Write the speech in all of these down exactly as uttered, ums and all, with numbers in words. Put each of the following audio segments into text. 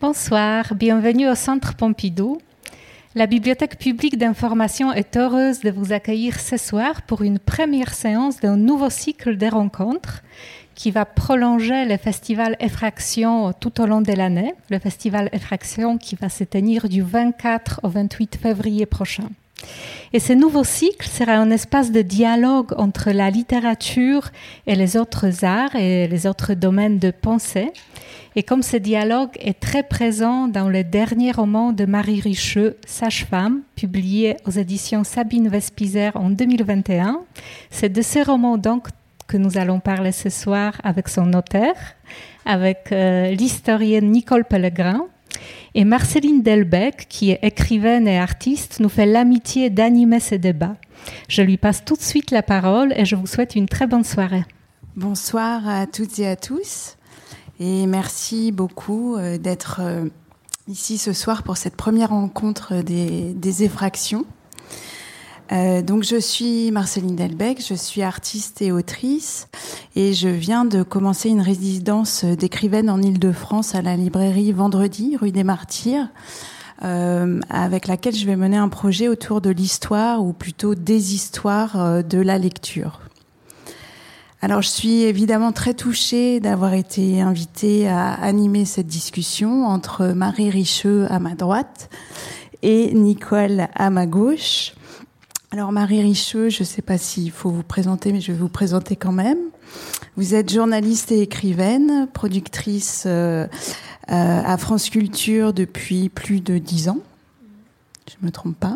Bonsoir, bienvenue au Centre Pompidou. La Bibliothèque publique d'information est heureuse de vous accueillir ce soir pour une première séance d'un nouveau cycle de rencontres qui va prolonger le festival Effraction tout au long de l'année. Le festival Effraction qui va se tenir du vingt-quatre au vingt-huit février prochain. Et ce nouveau cycle sera un espace de dialogue entre la littérature et les autres arts et les autres domaines de pensée. Et comme ce dialogue est très présent dans le dernier roman de Marie Richeux, Sage-femme, publié aux éditions Sabine Vespizer en deux mille vingt et un, c'est de ce roman donc que nous allons parler ce soir avec son auteur, avec euh, l'historienne Nicole Pellegrin. Et Marceline Delbecq, qui est écrivaine et artiste, nous fait l'amitié d'animer ce débat. Je lui passe tout de suite la parole et je vous souhaite une très bonne soirée. Bonsoir à toutes et à tous. Et merci beaucoup d'être ici ce soir pour cette première rencontre des, des Effractions. Euh, donc je suis Marceline Delbecq, je suis artiste et autrice et je viens de commencer une résidence d'écrivaine en Île-de-France à la librairie Vendredi, rue des Martyrs, euh, avec laquelle je vais mener un projet autour de l'histoire ou plutôt des histoires euh, de la lecture. Alors je suis évidemment très touchée d'avoir été invitée à animer cette discussion entre Marie Richeux à ma droite et Nicole à ma gauche. Alors Marie Richeux, je ne sais pas s'il faut vous présenter, mais je vais vous présenter quand même. Vous êtes journaliste et écrivaine, productrice euh, euh, à France Culture depuis plus de dix ans. Je ne me trompe pas.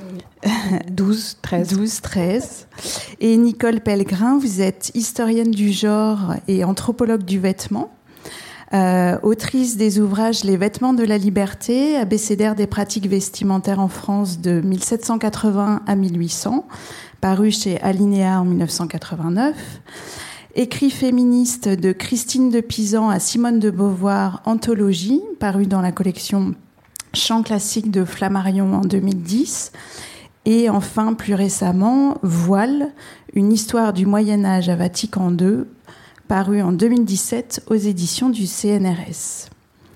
douze, treize. douze, treize. Et Nicole Pellegrin, vous êtes historienne du genre et anthropologue du vêtement. Euh, autrice des ouvrages Les vêtements de la liberté, abécédaire des pratiques vestimentaires en France de mille sept cent quatre-vingts à mille huit cents, paru chez Alinéa en mille neuf cent quatre-vingt-neuf. Écrit féministe de Christine de Pisan à Simone de Beauvoir, Anthologie, paru dans la collection Chants classiques de Flammarion en deux mille dix. Et enfin, plus récemment, Voile, une histoire du Moyen-Âge à Vatican deux, paru en deux mille dix-sept aux éditions du C N R S.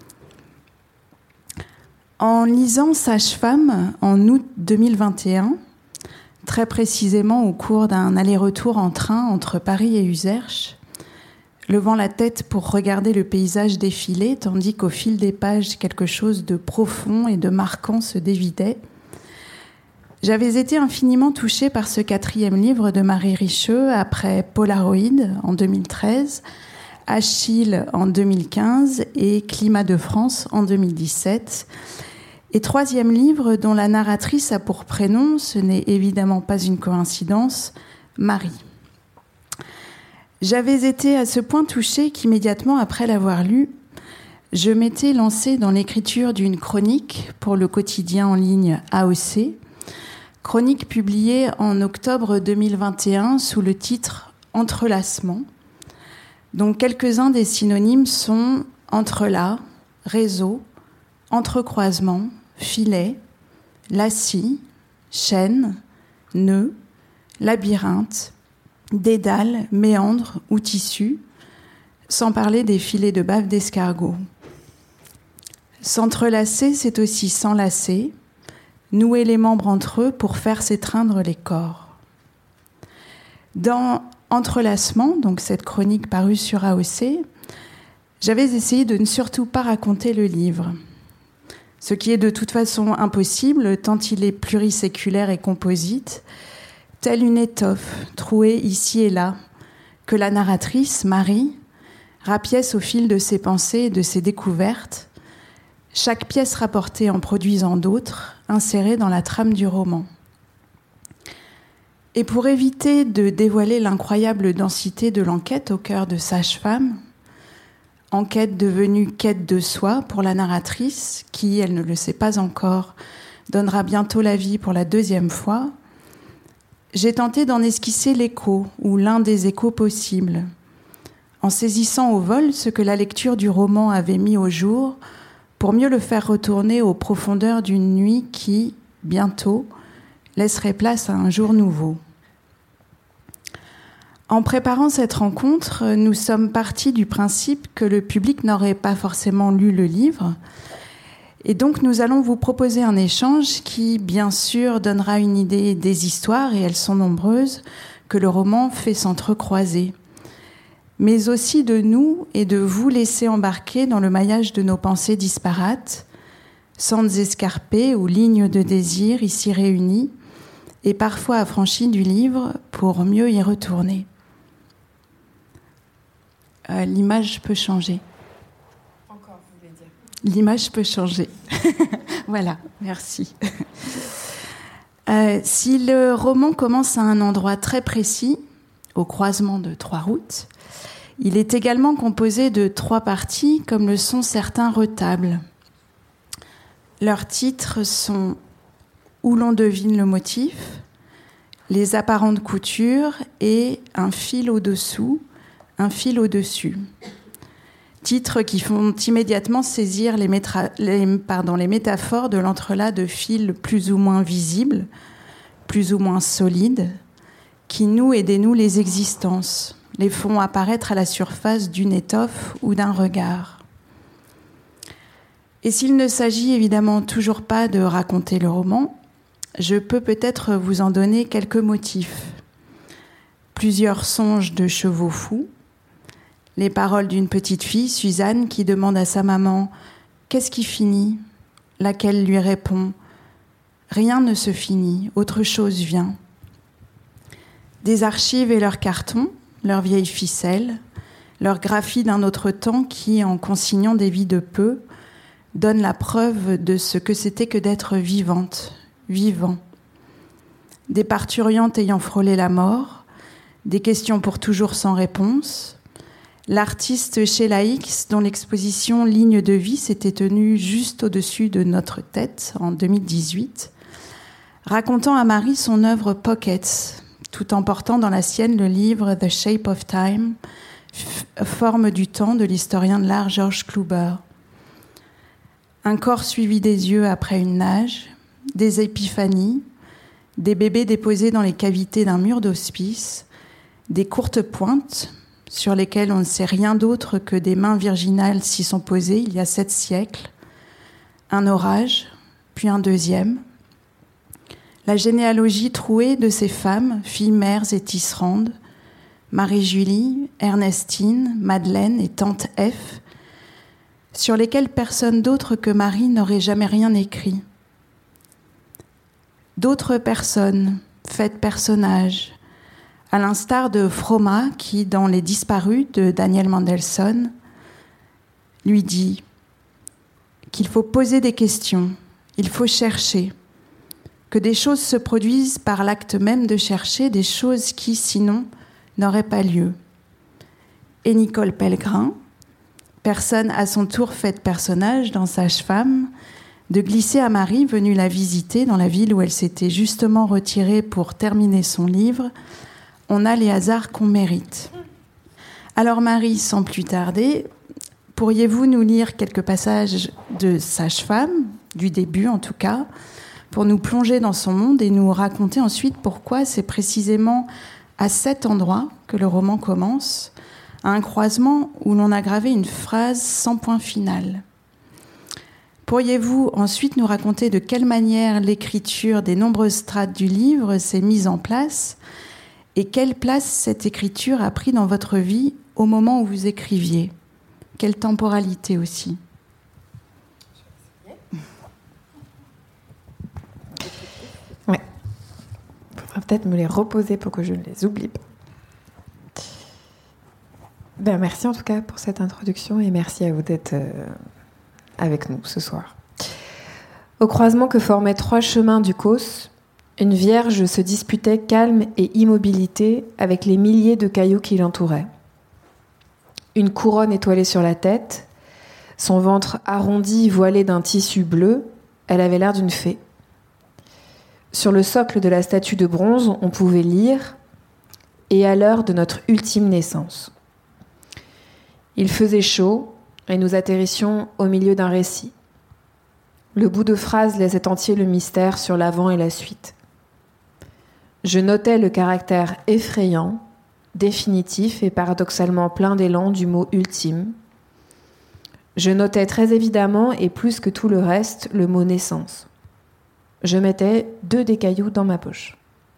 En lisant Sage-femme en août deux mille vingt et un, très précisément au cours d'un aller-retour en train entre Paris et Uzerche, levant la tête pour regarder le paysage défiler, tandis qu'au fil des pages, quelque chose de profond et de marquant se dévidait, j'avais été infiniment touchée par ce quatrième livre de Marie Richeux, après Polaroid en deux mille treize, Achille en deux mille quinze et Climat de France en deux mille dix-sept. Et troisième livre dont la narratrice a pour prénom, ce n'est évidemment pas une coïncidence, Marie. J'avais été à ce point touchée qu'immédiatement après l'avoir lu, je m'étais lancée dans l'écriture d'une chronique pour le quotidien en ligne A O C, chronique publiée en octobre deux mille vingt et un sous le titre « Entrelacement », dont quelques-uns des synonymes sont « entrelac »,« réseau »,« entrecroisement »,« filet »,« lacis »,« chaîne »,« nœud »,« labyrinthe »,« dédale »,« méandre » ou « tissu », sans parler des filets de bave d'escargot. S'entrelacer, c'est aussi s'enlacer, nouer les membres entre eux pour faire s'étreindre les corps. Dans Entrelacement, donc cette chronique parue sur A O C, j'avais essayé de ne surtout pas raconter le livre, ce qui est de toute façon impossible tant il est pluriséculaire et composite, telle une étoffe trouée ici et là, que la narratrice, Marie, rapièce au fil de ses pensées et de ses découvertes, chaque pièce rapportée en produisant d'autres, insérée dans la trame du roman. Et pour éviter de dévoiler l'incroyable densité de l'enquête au cœur de Sage-femme, enquête devenue quête de soi pour la narratrice, qui, elle ne le sait pas encore, donnera bientôt la vie pour la deuxième fois, j'ai tenté d'en esquisser l'écho, ou l'un des échos possibles, en saisissant au vol ce que la lecture du roman avait mis au jour, pour mieux le faire retourner aux profondeurs d'une nuit qui, bientôt, laisserait place à un jour nouveau. En préparant cette rencontre, nous sommes partis du principe que le public n'aurait pas forcément lu le livre. Et donc, nous allons vous proposer un échange qui, bien sûr, donnera une idée des histoires, et elles sont nombreuses, que le roman fait s'entrecroiser. Mais aussi de nous et de vous laisser embarquer dans le maillage de nos pensées disparates, sentes escarpées ou lignes de désir ici réunies, et parfois affranchies du livre pour mieux y retourner. Euh, l'image peut changer. Encore, vous voulez dire ? L'image peut changer. Voilà, merci. Euh, si le roman commence à un endroit très précis, au croisement de trois routes, il est également composé de trois parties, comme le sont certains retables. Leurs titres sont « Où l'on devine le motif »,« Les apparentes coutures » et « Un fil au-dessous », « Un fil au-dessus ». Titres qui font immédiatement saisir les, métra- les, pardon, les métaphores de l'entrelac de fils plus ou moins visibles, plus ou moins solides, qui nouent et dénouent les existences, les font apparaître à la surface d'une étoffe ou d'un regard. Et s'il ne s'agit évidemment toujours pas de raconter le roman, je peux peut-être vous en donner quelques motifs. Plusieurs songes de chevaux fous, les paroles d'une petite fille, Suzanne, qui demande à sa maman « Qu'est-ce qui finit ?» Laquelle lui répond « Rien ne se finit, autre chose vient. » Des archives et leurs cartons, leurs vieilles ficelles, leurs graphies d'un autre temps qui, en consignant des vies de peu, donnent la preuve de ce que c'était que d'être vivante, vivant. Des parturiantes ayant frôlé la mort, des questions pour toujours sans réponse. L'artiste Sheila Hicks, dont l'exposition Ligne de vie s'était tenue juste au-dessus de notre tête en deux mille dix-huit, racontant à Marie son œuvre Pockets, tout en portant dans la sienne le livre The Shape of Time, Forme du temps de l'historien de l'art Georges Kluber. Un corps suivi des yeux après une nage, des épiphanies, des bébés déposés dans les cavités d'un mur d'hospice, des courtes pointes sur lesquelles on ne sait rien d'autre que des mains virginales s'y sont posées il y a sept siècles, un orage, puis un deuxième. La généalogie trouée de ces femmes, filles, mères et tisserandes, Marie-Julie, Ernestine, Madeleine et Tante F, sur lesquelles personne d'autre que Marie n'aurait jamais rien écrit. D'autres personnes, faites personnages, à l'instar de Froma qui, dans Les Disparus de Daniel Mendelssohn, lui dit qu'il faut poser des questions, il faut chercher, que des choses se produisent par l'acte même de chercher, des choses qui, sinon, n'auraient pas lieu. Et Nicole Pellegrin, personne à son tour faite personnage dans Sage-Femme, de glisser à Marie, venue la visiter dans la ville où elle s'était justement retirée pour terminer son livre, on a les hasards qu'on mérite. Alors Marie, sans plus tarder, pourriez-vous nous lire quelques passages de Sage-Femme, du début en tout cas, pour nous plonger dans son monde et nous raconter ensuite pourquoi c'est précisément à cet endroit que le roman commence, à un croisement où l'on a gravé une phrase sans point final. Pourriez-vous ensuite nous raconter de quelle manière l'écriture des nombreuses strates du livre s'est mise en place et quelle place cette écriture a pris dans votre vie au moment où vous écriviez ? Quelle temporalité aussi ? Ouais. Il faudra peut-être me les reposer pour que je ne les oublie pas. Ben, merci en tout cas pour cette introduction et merci à vous d'être euh, avec nous ce soir. Au croisement que formaient trois chemins du Causse, une vierge se disputait calme et immobilité avec les milliers de cailloux qui l'entouraient. Une couronne étoilée sur la tête, son ventre arrondi voilé d'un tissu bleu, elle avait l'air d'une fée. Sur le socle de la statue de bronze, on pouvait lire « Et à l'heure de notre ultime naissance ». Il faisait chaud et nous atterrissions au milieu d'un récit. Le bout de phrase laissait entier le mystère sur l'avant et la suite. Je notais le caractère effrayant, définitif et paradoxalement plein d'élan du mot ultime. Je notais très évidemment, et plus que tout le reste, le mot naissance. Je mettais deux des cailloux dans ma poche.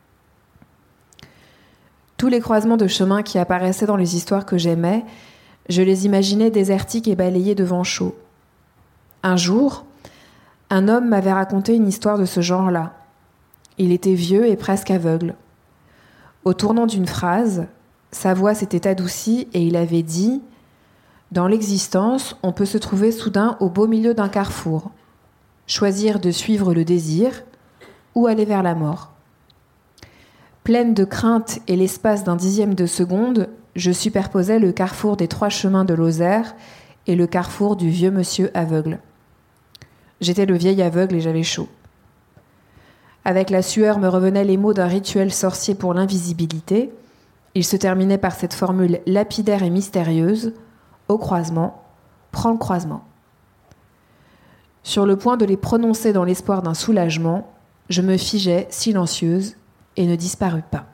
Tous les croisements de chemin qui apparaissaient dans les histoires que j'aimais, je les imaginais désertiques et balayés de vent chaud. Un jour, un homme m'avait raconté une histoire de ce genre-là. Il était vieux et presque aveugle. Au tournant d'une phrase, sa voix s'était adoucie et il avait dit « Dans l'existence, on peut se trouver soudain au beau milieu d'un carrefour, choisir de suivre le désir ou aller vers la mort. » Pleine de crainte et l'espace d'un dixième de seconde, je superposais le carrefour des trois chemins de Lozère et le carrefour du vieux monsieur aveugle. J'étais le vieil aveugle et j'avais chaud. Avec la sueur me revenaient les mots d'un rituel sorcier pour l'invisibilité. Il se terminait par cette formule lapidaire et mystérieuse « Au croisement, prends le croisement ». Sur le point de les prononcer dans l'espoir d'un soulagement, je me figeais, silencieuse, et ne disparus pas.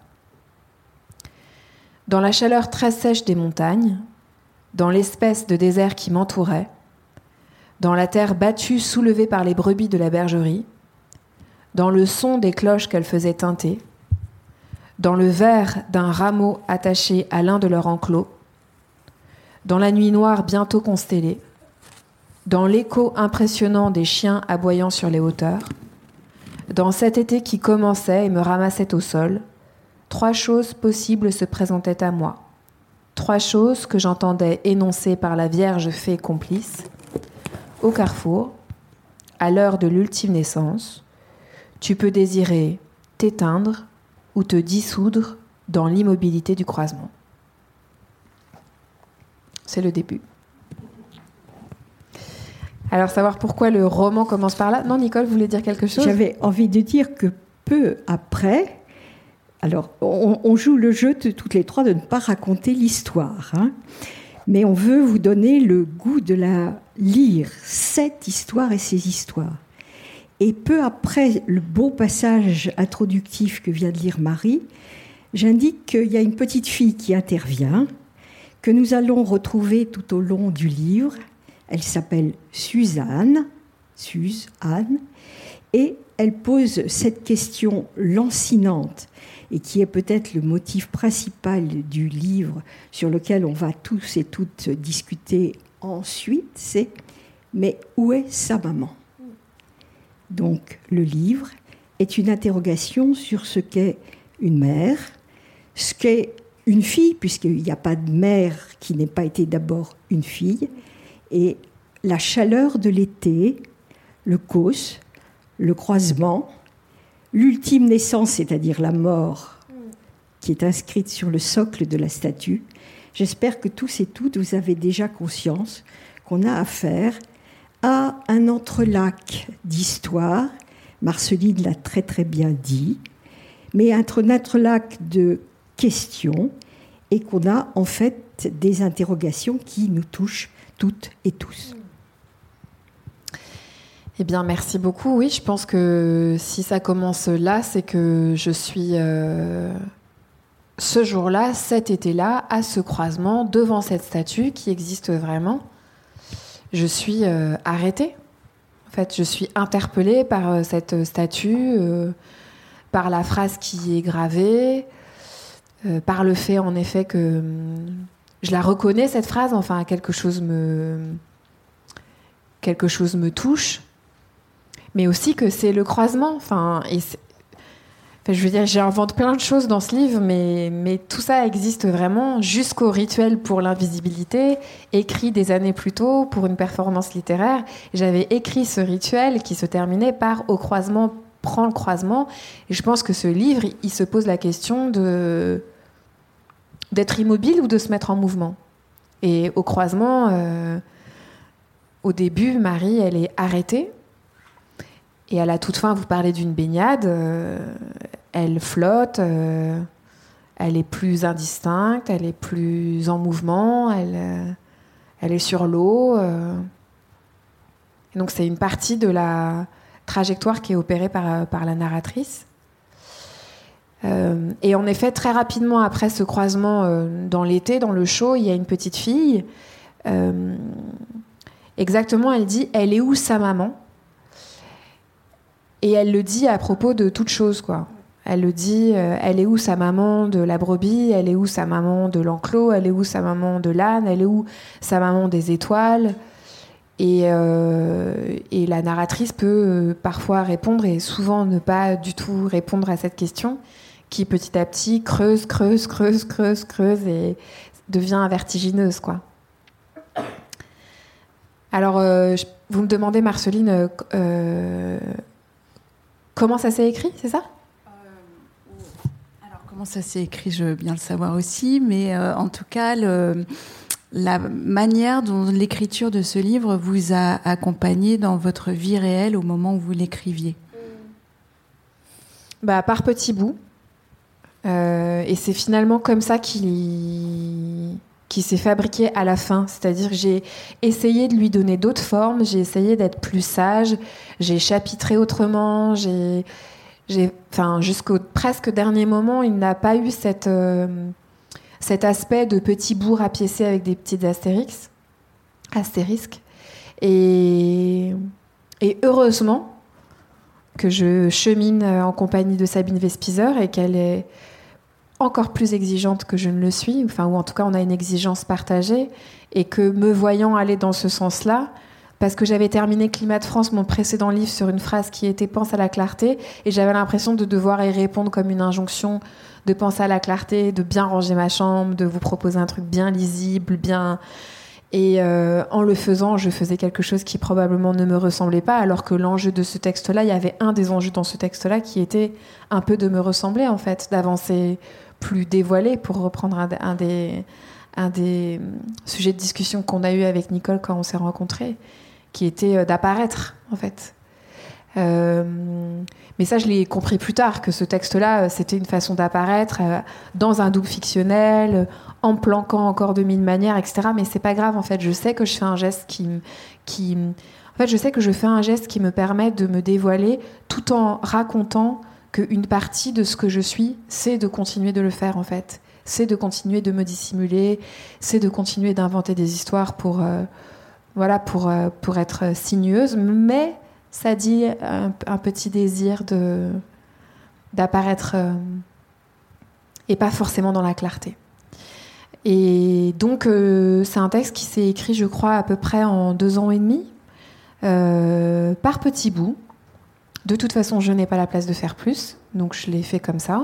Dans la chaleur très sèche des montagnes, dans l'espèce de désert qui m'entourait, dans la terre battue soulevée par les brebis de la bergerie, dans le son des cloches qu'elles faisaient tinter, dans le vert d'un rameau attaché à l'un de leurs enclos, dans la nuit noire bientôt constellée, dans l'écho impressionnant des chiens aboyant sur les hauteurs, dans cet été qui commençait et me ramassait au sol, trois choses possibles se présentaient à moi. Trois choses que j'entendais énoncées par la Vierge fée complice. Au carrefour, à l'heure de l'ultime naissance, tu peux désirer t'éteindre ou te dissoudre dans l'immobilité du croisement. C'est le début. Alors, savoir pourquoi le roman commence par là. Non, Nicole, vous voulez dire quelque chose ? J'avais envie de dire que peu après, alors on, on joue le jeu de toutes les trois de ne pas raconter l'histoire, hein, mais on veut vous donner le goût de la lire, cette histoire et ces histoires. Et peu après le beau passage introductif que vient de lire Marie, j'indique qu'il y a une petite fille qui intervient, que nous allons retrouver tout au long du livre. Elle s'appelle Suzanne, Suzanne, et elle pose cette question lancinante, et qui est peut-être le motif principal du livre sur lequel on va tous et toutes discuter ensuite, c'est « Mais où est sa maman ?» Donc le livre est une interrogation sur ce qu'est une mère, ce qu'est une fille, puisqu'il n'y a pas de mère qui n'ait pas été d'abord une fille, et la chaleur de l'été, le causse, le croisement, l'ultime naissance, c'est-à-dire la mort, qui est inscrite sur le socle de la statue. J'espère que tous et toutes, vous avez déjà conscience qu'on a affaire à un entrelac d'histoire. Marceline l'a très très bien dit, mais un entrelac de questions, et qu'on a en fait des interrogations qui nous touchent toutes et tous. Eh bien, merci beaucoup. Oui, je pense que si ça commence là, c'est que je suis euh, ce jour-là, cet été-là, à ce croisement, devant cette statue qui existe vraiment. Je suis euh, arrêtée. En fait, je suis interpellée par euh, cette statue, euh, par la phrase qui est gravée, euh, par le fait, en effet, que euh, je la reconnais, cette phrase. Enfin, quelque chose me, quelque chose me touche. Mais aussi que c'est le croisement. Enfin, et c'est... Enfin, je veux dire, j'invente plein de choses dans ce livre, mais, mais tout ça existe vraiment jusqu'au rituel pour l'invisibilité, écrit des années plus tôt pour une performance littéraire. J'avais écrit ce rituel qui se terminait par « Au croisement, prends le croisement ». Et je pense que ce livre, il se pose la question de... d'être immobile ou de se mettre en mouvement. Et au croisement, euh... au début, Marie, elle est arrêtée. Et à la toute fin, vous parlez d'une baignade, euh, elle flotte, euh, elle est plus indistincte, elle est plus en mouvement, elle, euh, elle est sur l'eau. Euh. Et donc c'est une partie de la trajectoire qui est opérée par, par la narratrice. Euh, et en effet, très rapidement après ce croisement euh, dans l'été, dans le show, il y a une petite fille. Euh, exactement, elle dit « Elle est où sa maman ?» Et elle le dit à propos de toute chose, quoi. Elle le dit euh, « Elle est où sa maman de la brebis ? Elle est où sa maman de l'enclos ? Elle est où sa maman de l'âne ? Elle est où sa maman des étoiles ?» Et, euh, et la narratrice peut euh, parfois répondre et souvent ne pas du tout répondre à cette question, qui petit à petit creuse, creuse, creuse, creuse, creuse et devient vertigineuse, quoi. Alors, euh, je, vous me demandez, Marceline, euh, comment ça s'est écrit, c'est ça ? euh, Alors, comment ça s'est écrit, je veux bien le savoir aussi, mais euh, en tout cas, le, la manière dont l'écriture de ce livre vous a accompagné dans votre vie réelle au moment où vous l'écriviez. Bah, par petits bouts. Euh, et c'est finalement comme ça qu'il, qu'il s'est fabriqué à la fin. C'est-à-dire que j'ai essayé de lui donner d'autres formes, j'ai essayé d'être plus sage, j'ai chapitré autrement, j'ai, j'ai, enfin, jusqu'au presque dernier moment, il n'a pas eu cette, euh, cet aspect de petits bouts rapiécés avec des petites astérix, astérisques. Et, et heureusement que je chemine en compagnie de Sabine Vespizer et qu'elle est encore plus exigeante que je ne le suis, enfin, ou en tout cas on a une exigence partagée, et que me voyant aller dans ce sens-là, parce que j'avais terminé Climat de France, mon précédent livre, sur une phrase qui était « Pense à la clarté », et j'avais l'impression de devoir y répondre comme une injonction de penser à la clarté, de bien ranger ma chambre, de vous proposer un truc bien lisible, bien... Et euh, en le faisant, je faisais quelque chose qui probablement ne me ressemblait pas, alors que l'enjeu de ce texte-là, il y avait un des enjeux dans ce texte-là qui était un peu de me ressembler, en fait, d'avancer plus dévoilé, pour reprendre un, un, des, un des sujets de discussion qu'on a eu avec Nicole quand on s'est rencontrés, qui était d'apparaître, en fait. Euh, mais ça, je l'ai compris plus tard, que ce texte-là, c'était une façon d'apparaître euh, dans un double fictionnel, en planquant encore de mille manières, et cetera. Mais c'est pas grave, en fait. Je sais que je fais un geste qui, qui, en fait, je sais que je fais un geste qui me permet de me dévoiler, tout en racontant qu'une partie de ce que je suis, c'est de continuer de le faire, en fait. C'est de continuer de me dissimuler, c'est de continuer d'inventer des histoires pour, euh, voilà, pour, euh, pour être sinueuse. Mais ça dit un, un petit désir de, d'apparaître euh, et pas forcément dans la clarté. Et donc, euh, c'est un texte qui s'est écrit, je crois, à peu près en deux ans et demi, euh, par petits bouts. De toute façon, je n'ai pas la place de faire plus, donc je l'ai fait comme ça,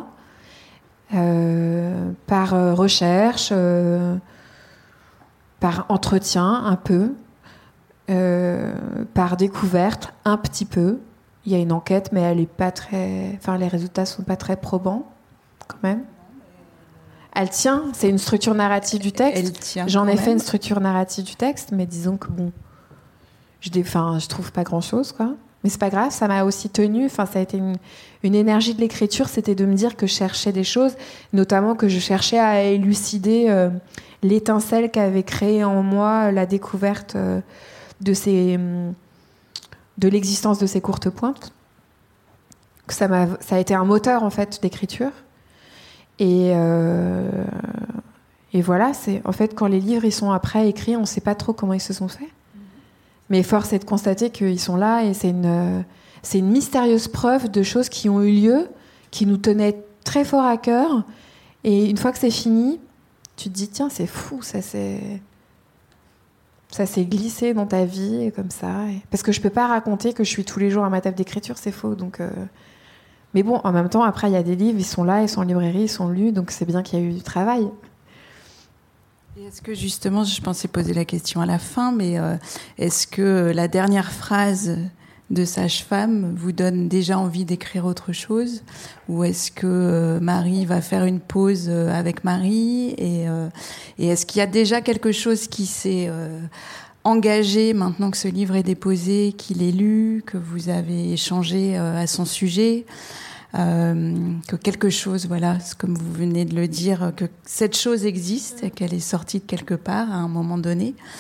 euh, par euh, recherche, euh, par entretien un peu, euh, par découverte un petit peu. Il y a une enquête, mais elle est pas très, enfin les résultats sont pas très probants quand même. Elle tient, c'est une structure narrative du texte. Elle tient. J'en ai même. fait une structure narrative du texte, mais disons que bon, je, dé... enfin, je trouve pas grand-chose, quoi. Mais c'est pas grave, ça m'a aussi tenue. Enfin, ça a été une, une énergie de l'écriture, c'était de me dire que je cherchais des choses, notamment que je cherchais à élucider euh, l'étincelle qu'avait créée en moi la découverte euh, de ces, de l'existence de ces courtes pointes. Ça m'a, ça a été un moteur en fait d'écriture. Et, euh, et voilà, c'est en fait quand les livres ils sont après écrits, on ne sait pas trop comment ils se sont faits. Mais force est de constater qu'ils sont là et c'est une, c'est une mystérieuse preuve de choses qui ont eu lieu, qui nous tenaient très fort à cœur. Et une fois que c'est fini, tu te dis tiens, c'est fou, ça s'est, ça s'est glissé dans ta vie comme ça. Parce que je peux pas raconter que je suis tous les jours à ma table d'écriture, c'est faux. Donc, euh... mais bon, en même temps, après il y a des livres, ils sont là, ils sont en librairie, ils sont lus, donc c'est bien qu'il y a eu du travail. Et est-ce que justement, je pensais poser la question à la fin, mais euh, est-ce que la dernière phrase de Sage-Femme vous donne déjà envie d'écrire autre chose, ou est-ce que euh, Marie va faire une pause euh, avec Marie, et, euh, et est-ce qu'il y a déjà quelque chose qui s'est euh, engagé maintenant que ce livre est déposé, qu'il est lu, que vous avez échangé euh, à son sujet? Euh, que quelque chose, voilà, comme vous venez de le dire, que cette chose existe et qu'elle est sortie de quelque part à un moment donné.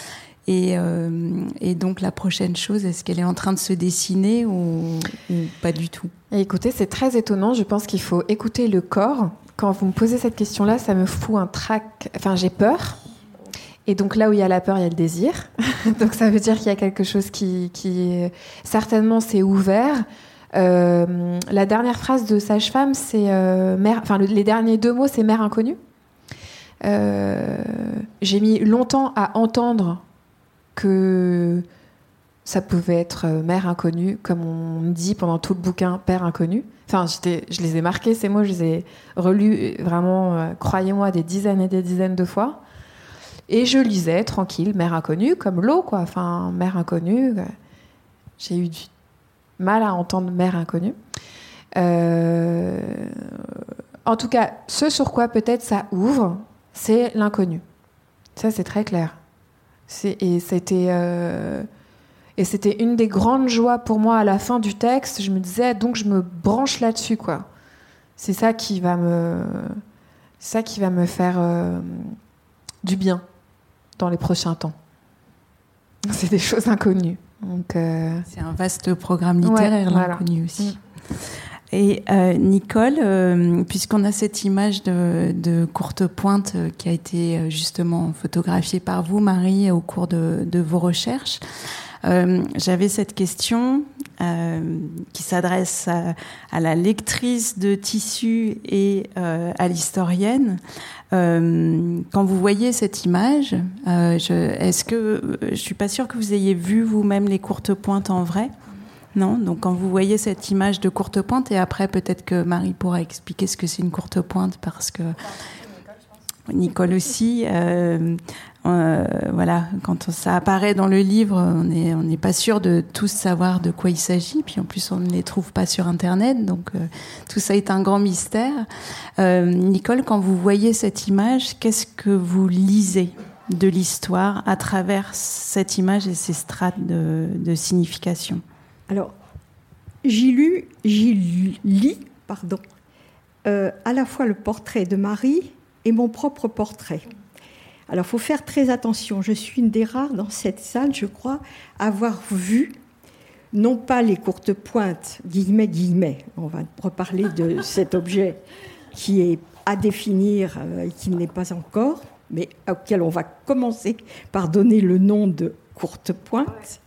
Et, euh, et donc la prochaine chose, est-ce qu'elle est en train de se dessiner ou, ou pas du tout? Et écoutez, c'est très étonnant. Je pense qu'il faut écouter le corps. Quand vous me posez cette question-là, ça me fout un trac. Enfin, j'ai peur. Et donc là où il y a la peur, il y a le désir. Donc ça veut dire qu'il y a quelque chose qui, qui certainement s'est ouvert. Euh, la dernière phrase de Sage-Femme, c'est euh, mère. Enfin, le, les derniers deux mots, c'est mère inconnue. Euh, j'ai mis longtemps à entendre que ça pouvait être mère inconnue, comme on me dit pendant tout le bouquin, père inconnu. Enfin, j'étais, je les ai marqués, ces mots, je les ai relus vraiment, euh, croyez-moi, des dizaines et des dizaines de fois. Et je lisais, tranquille, mère inconnue, comme l'eau, quoi. Enfin, mère inconnue. Euh, j'ai eu du mal à entendre mère inconnue. Euh, en tout cas, ce sur quoi peut-être ça ouvre, c'est l'inconnu. Ça, c'est très clair. C'est, et c'était... Euh, Et c'était une des grandes joies pour moi à la fin du texte. Je me disais, donc je me branche là-dessus, quoi. C'est ça qui va me, c'est ça qui va me faire euh, du bien dans les prochains temps. C'est des choses inconnues. Donc, euh... c'est un vaste programme littéraire, ouais, l'inconnu voilà. aussi. Mmh. Et euh, Nicole, euh, puisqu'on a cette image de, de courte pointe euh, qui a été justement photographiée par vous, Marie, au cours de, de vos recherches, Euh, j'avais cette question euh, qui s'adresse à, à la lectrice de tissu et euh, à l'historienne. Euh, quand vous voyez cette image, euh, je, est-ce que je suis pas sûre que vous ayez vu vous-même les courtes pointes en vrai? Non. Donc quand vous voyez cette image de courte pointe, et après peut-être que Marie pourra expliquer ce que c'est une courte pointe, parce que Nicole aussi. Euh, Euh, voilà, quand ça apparaît dans le livre, on n'est on n'est pas sûr de tous savoir de quoi il s'agit. Puis en plus, on ne les trouve pas sur Internet, donc euh, tout ça est un grand mystère. Euh, Nicole, quand vous voyez cette image, qu'est-ce que vous lisez de l'histoire à travers cette image et ces strates de, de signification? Alors, j'ai lu, j'y lis, pardon, euh, à la fois le portrait de Marie et mon propre portrait. Alors, il faut faire très attention. Je suis une des rares dans cette salle, je crois, à avoir vu, non pas les courtes pointes, guillemets, guillemets, on va reparler de cet objet qui est à définir et qui ne l'est pas encore, mais auquel on va commencer par donner le nom de courte pointe.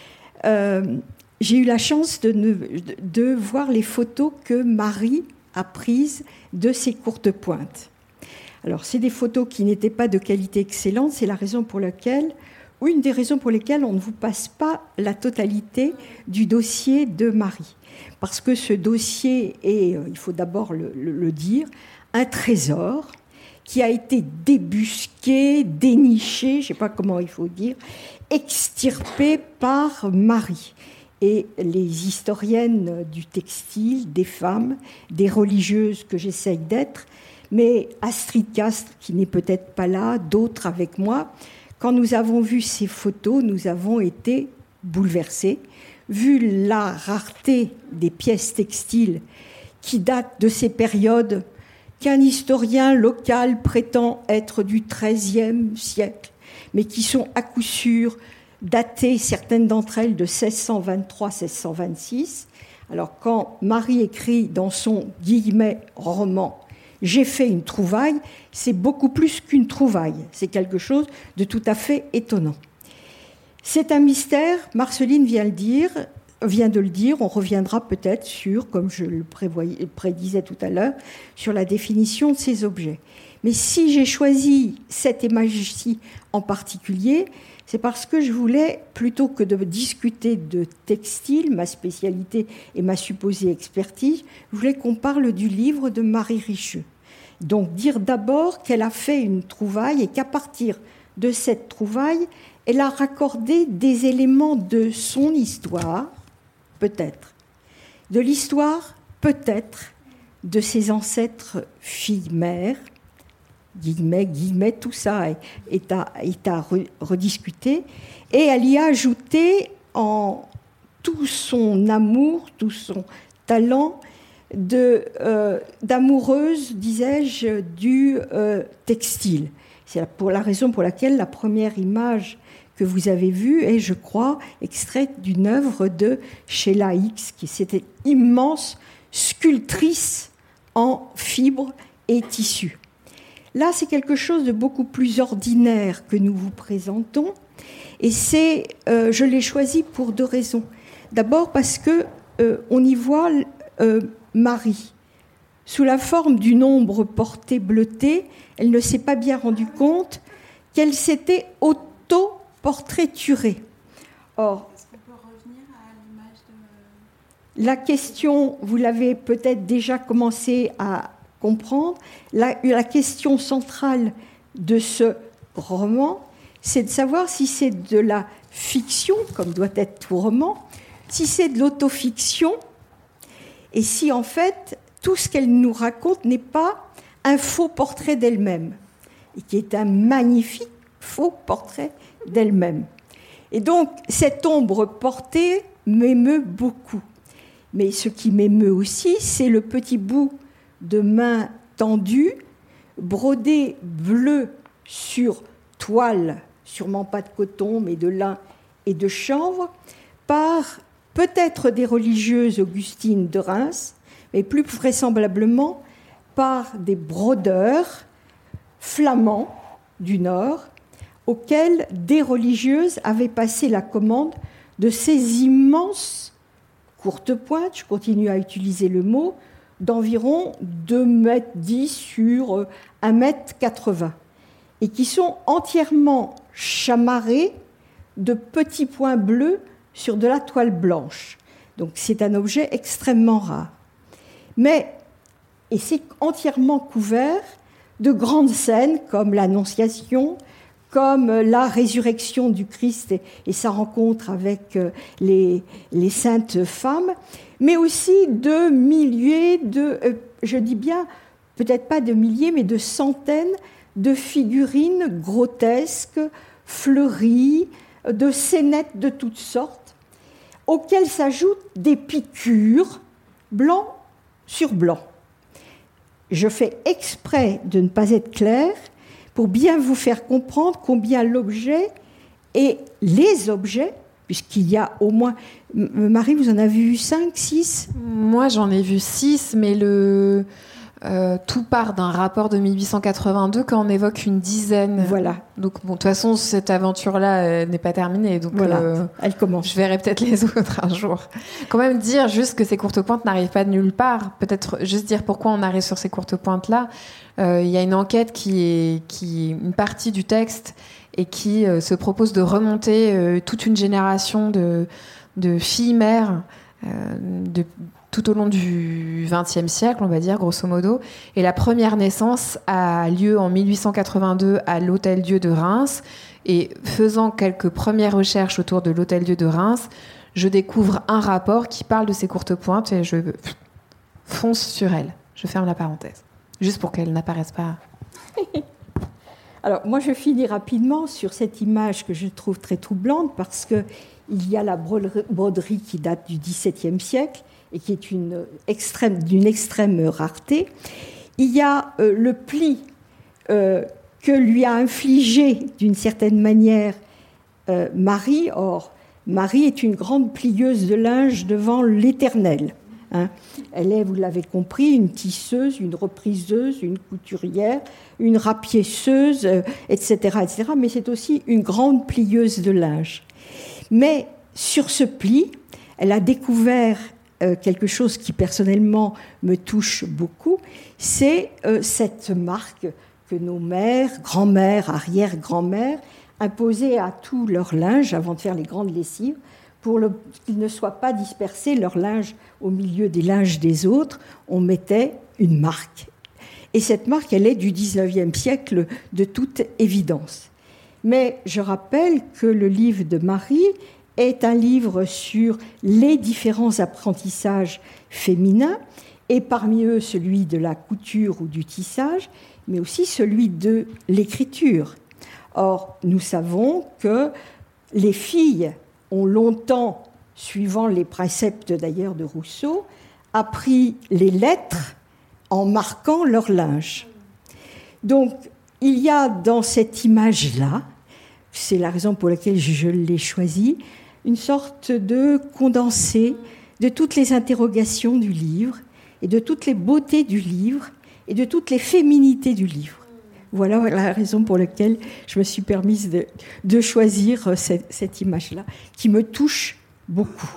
Euh, j'ai eu la chance de, ne, de, de voir les photos que Marie a prises de ces courtes pointes. Alors, c'est des photos qui n'étaient pas de qualité excellente, c'est la raison pour laquelle, ou une des raisons pour lesquelles on ne vous passe pas la totalité du dossier de Marie. Parce que ce dossier est, il faut d'abord le, le, le dire, un trésor qui a été débusqué, déniché, je ne sais pas comment il faut dire, extirpé par Marie. Et les historiennes du textile, des femmes, des religieuses que j'essaye d'être, mais Astrid Castres, qui n'est peut-être pas là, d'autres avec moi, quand nous avons vu ces photos, nous avons été bouleversés, vu la rareté des pièces textiles qui datent de ces périodes qu'un historien local prétend être du treizième siècle, mais qui sont à coup sûr datées, certaines d'entre elles, de seize cent vingt-trois à seize cent vingt-six. Alors quand Marie écrit dans son guillemet roman « J'ai fait une trouvaille », c'est beaucoup plus qu'une trouvaille. C'est quelque chose de tout à fait étonnant. C'est un mystère, Marceline vient, le dire, vient de le dire, on reviendra peut-être sur, comme je le prévoyais, prédisais tout à l'heure, sur la définition de ces objets. Mais si j'ai choisi cette image-ci en particulier, c'est parce que je voulais, plutôt que de discuter de textile, ma spécialité et ma supposée expertise, je voulais qu'on parle du livre de Marie Richeux. Donc dire d'abord qu'elle a fait une trouvaille et qu'à partir de cette trouvaille, elle a raccordé des éléments de son histoire, peut-être, de l'histoire, peut-être, de ses ancêtres filles-mères, guillemets, guillemets, tout ça est, est, à, est à re, rediscuter, et elle y a ajouté en tout son amour, tout son talent de, euh, d'amoureuse, disais-je, du euh, textile. C'est pour la raison pour laquelle la première image que vous avez vue est, je crois, extraite d'une œuvre de Sheila Hicks, qui était immense sculptrice en fibres et tissus. Là, c'est quelque chose de beaucoup plus ordinaire que nous vous présentons, et c'est, euh, je l'ai choisi pour deux raisons. D'abord parce que euh, on y voit euh, Marie sous la forme d'une ombre portée bleutée. Elle ne s'est pas bien rendue compte qu'elle s'était auto-portraiturée. Or, est-ce qu'on peut revenir à l'image de... La question, vous l'avez peut-être déjà commencé à comprendre, la, la question centrale de ce roman, c'est de savoir si c'est de la fiction, comme doit être tout roman, si c'est de l'autofiction, et si en fait tout ce qu'elle nous raconte n'est pas un faux portrait d'elle-même, et qui est un magnifique faux portrait d'elle-même. Et donc cette ombre portée m'émeut beaucoup. Mais ce qui m'émeut aussi, c'est le petit bout de main tendue, brodé bleu sur toile, sûrement pas de coton, mais de lin et de chanvre, par peut-être des religieuses augustines de Reims, mais plus vraisemblablement par des brodeurs flamands du Nord, auxquels des religieuses avaient passé la commande de ces immenses courtes pointes, je continue à utiliser le mot, d'environ deux mètres dix sur un mètre quatre-vingts, et qui sont entièrement chamarrés de petits points bleus sur de la toile blanche. Donc c'est un objet extrêmement rare. Mais, et c'est entièrement couvert de grandes scènes comme l'Annonciation, comme la résurrection du Christ et, et sa rencontre avec les, les saintes femmes, mais aussi de milliers de, euh, je dis bien, peut-être pas de milliers, mais de centaines de figurines grotesques, fleuries, de scénettes de toutes sortes, auxquelles s'ajoutent des piqûres blanc sur blanc. Je fais exprès de ne pas être claire pour bien vous faire comprendre combien l'objet et les objets, puisqu'il y a au moins... Marie, vous en avez vu cinq, six ? Moi, j'en ai vu six, mais le... Euh, tout part d'un rapport de mille huit cent quatre-vingt-deux quand on évoque une dizaine. Voilà. Donc, bon, de toute façon, cette aventure-là euh, n'est pas terminée. Donc, voilà. euh, Elle commence. Je verrai peut-être les autres un jour. Quand même dire juste que ces courtes pointes n'arrivent pas de nulle part. Peut-être juste dire pourquoi on arrive sur ces courtes pointes-là. Euh, il y a une enquête qui est, qui est une partie du texte et qui euh, se propose de remonter euh, toute une génération de, de filles-mères euh, de tout au long du vingtième siècle, on va dire, grosso modo. Et la première naissance a lieu en mille huit cent quatre-vingt-deux à l'Hôtel-Dieu de Reims. Et faisant quelques premières recherches autour de l'Hôtel-Dieu de Reims, je découvre un rapport qui parle de ces courtes pointes et je fonce sur elle. Je ferme la parenthèse, juste pour qu'elle n'apparaisse pas. Alors, moi, je finis rapidement sur cette image que je trouve très troublante parce qu'il y a la broderie qui date du dix-septième siècle et qui est une extrême, d'une extrême rareté. Il y a euh, le pli euh, que lui a infligé, d'une certaine manière, euh, Marie. Or, Marie est une grande plieuse de linge devant l'Éternel. Hein. Elle est, vous l'avez compris, une tisseuse, une repriseuse, une couturière, une rapiéceuse, euh, et cetera, et cetera. Mais c'est aussi une grande plieuse de linge. Mais sur ce pli, elle a découvert Euh, quelque chose qui personnellement me touche beaucoup, c'est euh, cette marque que nos mères, grand-mères, arrière-grand-mères imposaient à tout leur linge avant de faire les grandes lessives pour le, qu'ils ne soient pas dispersés, leur linge au milieu des linges des autres. On mettait une marque. Et cette marque, elle est du dix-neuvième siècle de toute évidence. Mais je rappelle que le livre de Marie est un livre sur les différents apprentissages féminins, et parmi eux celui de la couture ou du tissage, mais aussi celui de l'écriture. Or, nous savons que les filles ont longtemps, suivant les préceptes d'ailleurs de Rousseau, appris les lettres en marquant leur linge. Donc, il y a dans cette image-là c'est la raison pour laquelle je l'ai choisi, une sorte de condensé de toutes les interrogations du livre et de toutes les beautés du livre et de toutes les féminités du livre. Voilà la raison pour laquelle je me suis permise de, de choisir cette, cette image-là, qui me touche beaucoup.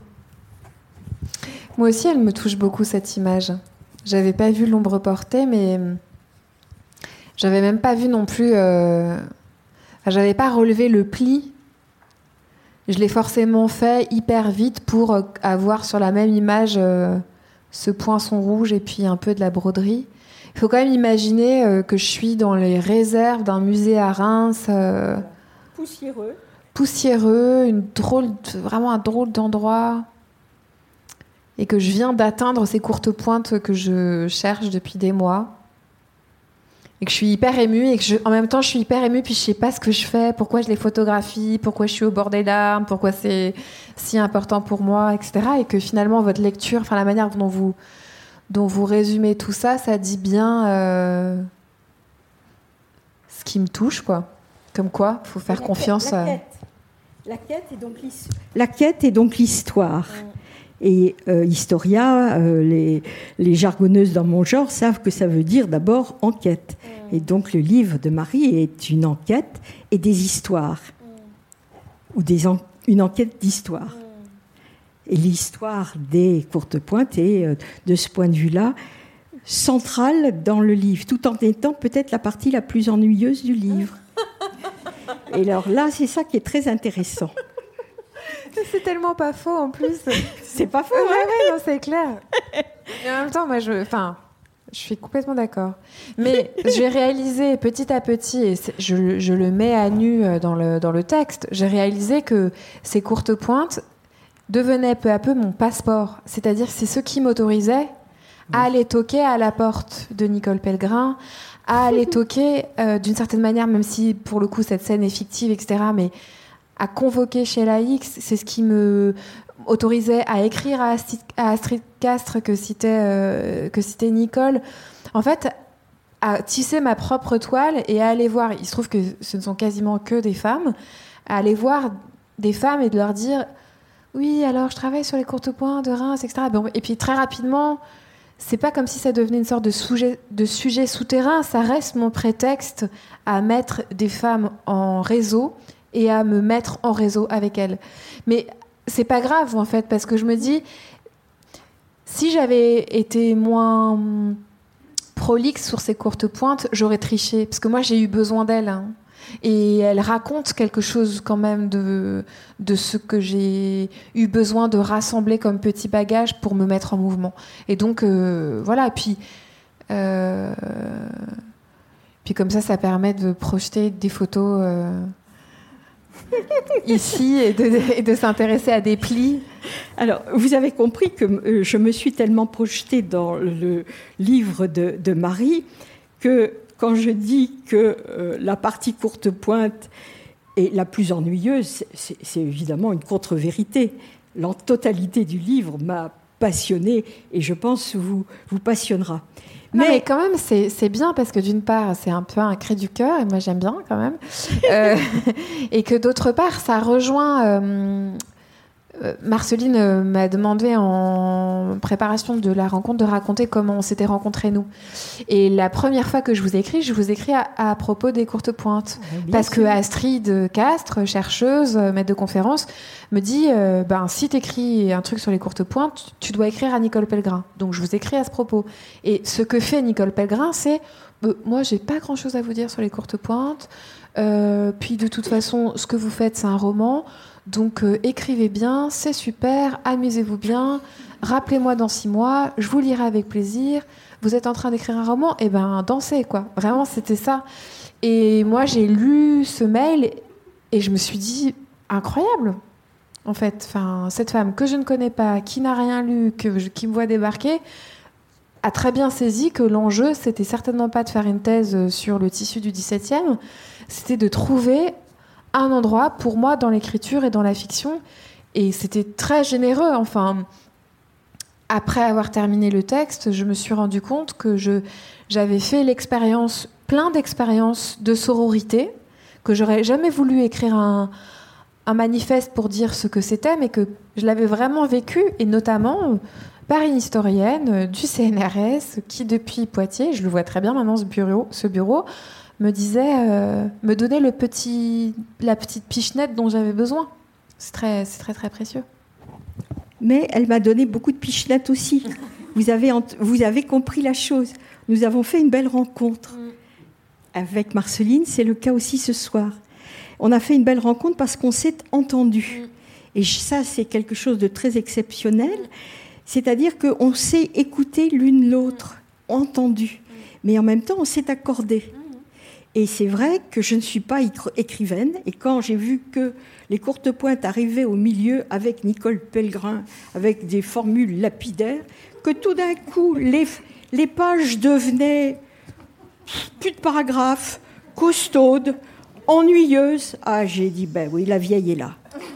Moi aussi, elle me touche beaucoup, cette image. J'avais pas vu l'ombre portée, mais j'avais même pas vu non plus... Euh... Enfin, j'avais pas relevé le pli. Je l'ai forcément fait hyper vite pour avoir sur la même image euh, ce poinçon rouge et puis un peu de la broderie. Il faut quand même imaginer euh, que je suis dans les réserves d'un musée à Reims. Euh, poussiéreux. Poussiéreux, une drôle, vraiment un drôle d'endroit. Et que je viens d'atteindre ces courtes pointes que je cherche depuis des mois. Et que je suis hyper émue. Et que je, en même temps, je suis hyper émue, puis je sais pas ce que je fais, pourquoi je les photographie, pourquoi je suis au bord des larmes, pourquoi c'est si important pour moi, et cetera. Et que finalement, votre lecture, enfin la manière dont vous... dont vous résumez tout ça, ça dit bien euh, ce qui me touche, quoi. Comme quoi, il faut faire la confiance. Quête, la, à... quête. La, quête est donc la quête est donc l'histoire. Mmh. Et euh, Historia, euh, les, les jargonneuses dans mon genre savent que ça veut dire d'abord enquête. Mmh. Et donc le livre de Marie est une enquête et des histoires. Mmh. Ou des en... une enquête d'histoire. Mmh. Et l'histoire des courtes pointes est, euh, de ce point de vue-là, centrale dans le livre, tout en étant peut-être la partie la plus ennuyeuse du livre. Et alors là, c'est ça qui est très intéressant. C'est tellement pas faux, en plus. C'est pas faux, ouais, hein ouais, non, c'est clair. Mais en même temps, moi, je... Enfin, je suis complètement d'accord. Mais j'ai réalisé petit à petit, et je, je le mets à nu dans le, dans le texte, j'ai réalisé que ces courtes pointes devenaient peu à peu mon passeport. C'est-à-dire que c'est ce qui m'autorisait à aller toquer à la porte de Nicole Pellegrin, à aller toquer euh, d'une certaine manière, même si pour le coup cette scène est fictive, et cetera, mais à convoquer chez la X, c'est ce qui me autorisait à écrire à Astrid, à Astrid Castres que citait, euh, que citait Nicole. En fait, à tisser ma propre toile et à aller voir, il se trouve que ce ne sont quasiment que des femmes, à aller voir des femmes et de leur dire « Oui, alors je travaille sur les courtes pointes de Reims, et cetera » Bon, et puis très rapidement, c'est pas comme si ça devenait une sorte de sujet, de sujet souterrain, ça reste mon prétexte à mettre des femmes en réseau et à me mettre en réseau avec elles. Mais c'est pas grave, en fait, parce que je me dis, si j'avais été moins prolixe sur ces courtes pointes, j'aurais triché, parce que moi, j'ai eu besoin d'elles. Hein. Et elles racontent quelque chose, quand même, de, de ce que j'ai eu besoin de rassembler comme petit bagage pour me mettre en mouvement. Et donc, euh, voilà, et puis... Euh, puis comme ça, ça permet de projeter des photos... Euh, ici et de, et de s'intéresser à des plis. Alors, vous avez compris que euh, je me suis tellement projetée dans le livre de, de Marie que quand je dis que euh, la partie courte pointe est la plus ennuyeuse, c'est, c'est évidemment une contre-vérité. La totalité du livre m'a passionnée et je pense vous, vous passionnera. Mais, non, mais quand même, c'est, c'est bien parce que d'une part, c'est un peu un cri du cœur, et moi j'aime bien quand même, euh, et que d'autre part, ça rejoint... Euh, euh, Marceline euh, m'a demandé en préparation de la rencontre de raconter comment on s'était rencontrés, nous. Et la première fois que je vous ai écrit, je vous ai écrit à, à propos des courtes pointes. Bien parce sûr. Que Astrid Castres, chercheuse, maître de conférence, me dit euh, ben, si tu écris un truc sur les courtes pointes, tu dois écrire à Nicole Pellegrin. Donc je vous écris à ce propos. Et ce que fait Nicole Pellegrin, c'est euh, moi, j'ai pas grand-chose à vous dire sur les courtes pointes. Euh, puis de toute façon, ce que vous faites, c'est un roman. Donc euh, écrivez bien, c'est super, amusez-vous bien, rappelez-moi dans six mois, je vous lirai avec plaisir. Vous êtes en train d'écrire un roman, et eh ben dansez quoi. Vraiment, c'était ça. Et moi, j'ai lu ce mail et je me suis dit incroyable. En fait, enfin, cette femme que je ne connais pas, qui n'a rien lu, que je, qui me voit débarquer, a très bien saisi que l'enjeu, c'était certainement pas de faire une thèse sur le tissu du dix-septième, c'était de trouver un endroit pour moi dans l'écriture et dans la fiction, et c'était très généreux. Enfin, après avoir terminé le texte, je me suis rendu compte que je, j'avais fait l'expérience, plein d'expériences de sororité que j'aurais jamais voulu écrire un, un manifeste pour dire ce que c'était, mais que je l'avais vraiment vécu, et notamment par une historienne du C N R S qui, depuis Poitiers, je le vois très bien maintenant, ce bureau, ce bureau me disait, euh, me donnait le petit, la petite pichenette dont j'avais besoin. C'est très, c'est très, très précieux. Mais elle m'a donné beaucoup de pichenettes aussi. Vous avez, vous avez compris la chose. Nous avons fait une belle rencontre. Mm. Avec Marceline, c'est le cas aussi ce soir. On a fait une belle rencontre parce qu'on s'est entendus. Mm. Et ça, c'est quelque chose de très exceptionnel. Mm. C'est-à-dire qu'on s'est écouté l'une l'autre, mm. entendu. Mm. Mais en même temps, on s'est accordé. Mm. Et c'est vrai que je ne suis pas écrivaine. Et quand j'ai vu que les courtes pointes arrivaient au milieu avec Nicole Pellegrin, avec des formules lapidaires, que tout d'un coup, les, les pages devenaient plus de paragraphes, costaudes, ennuyeuses. Ah, j'ai dit, ben oui, la vieille est là.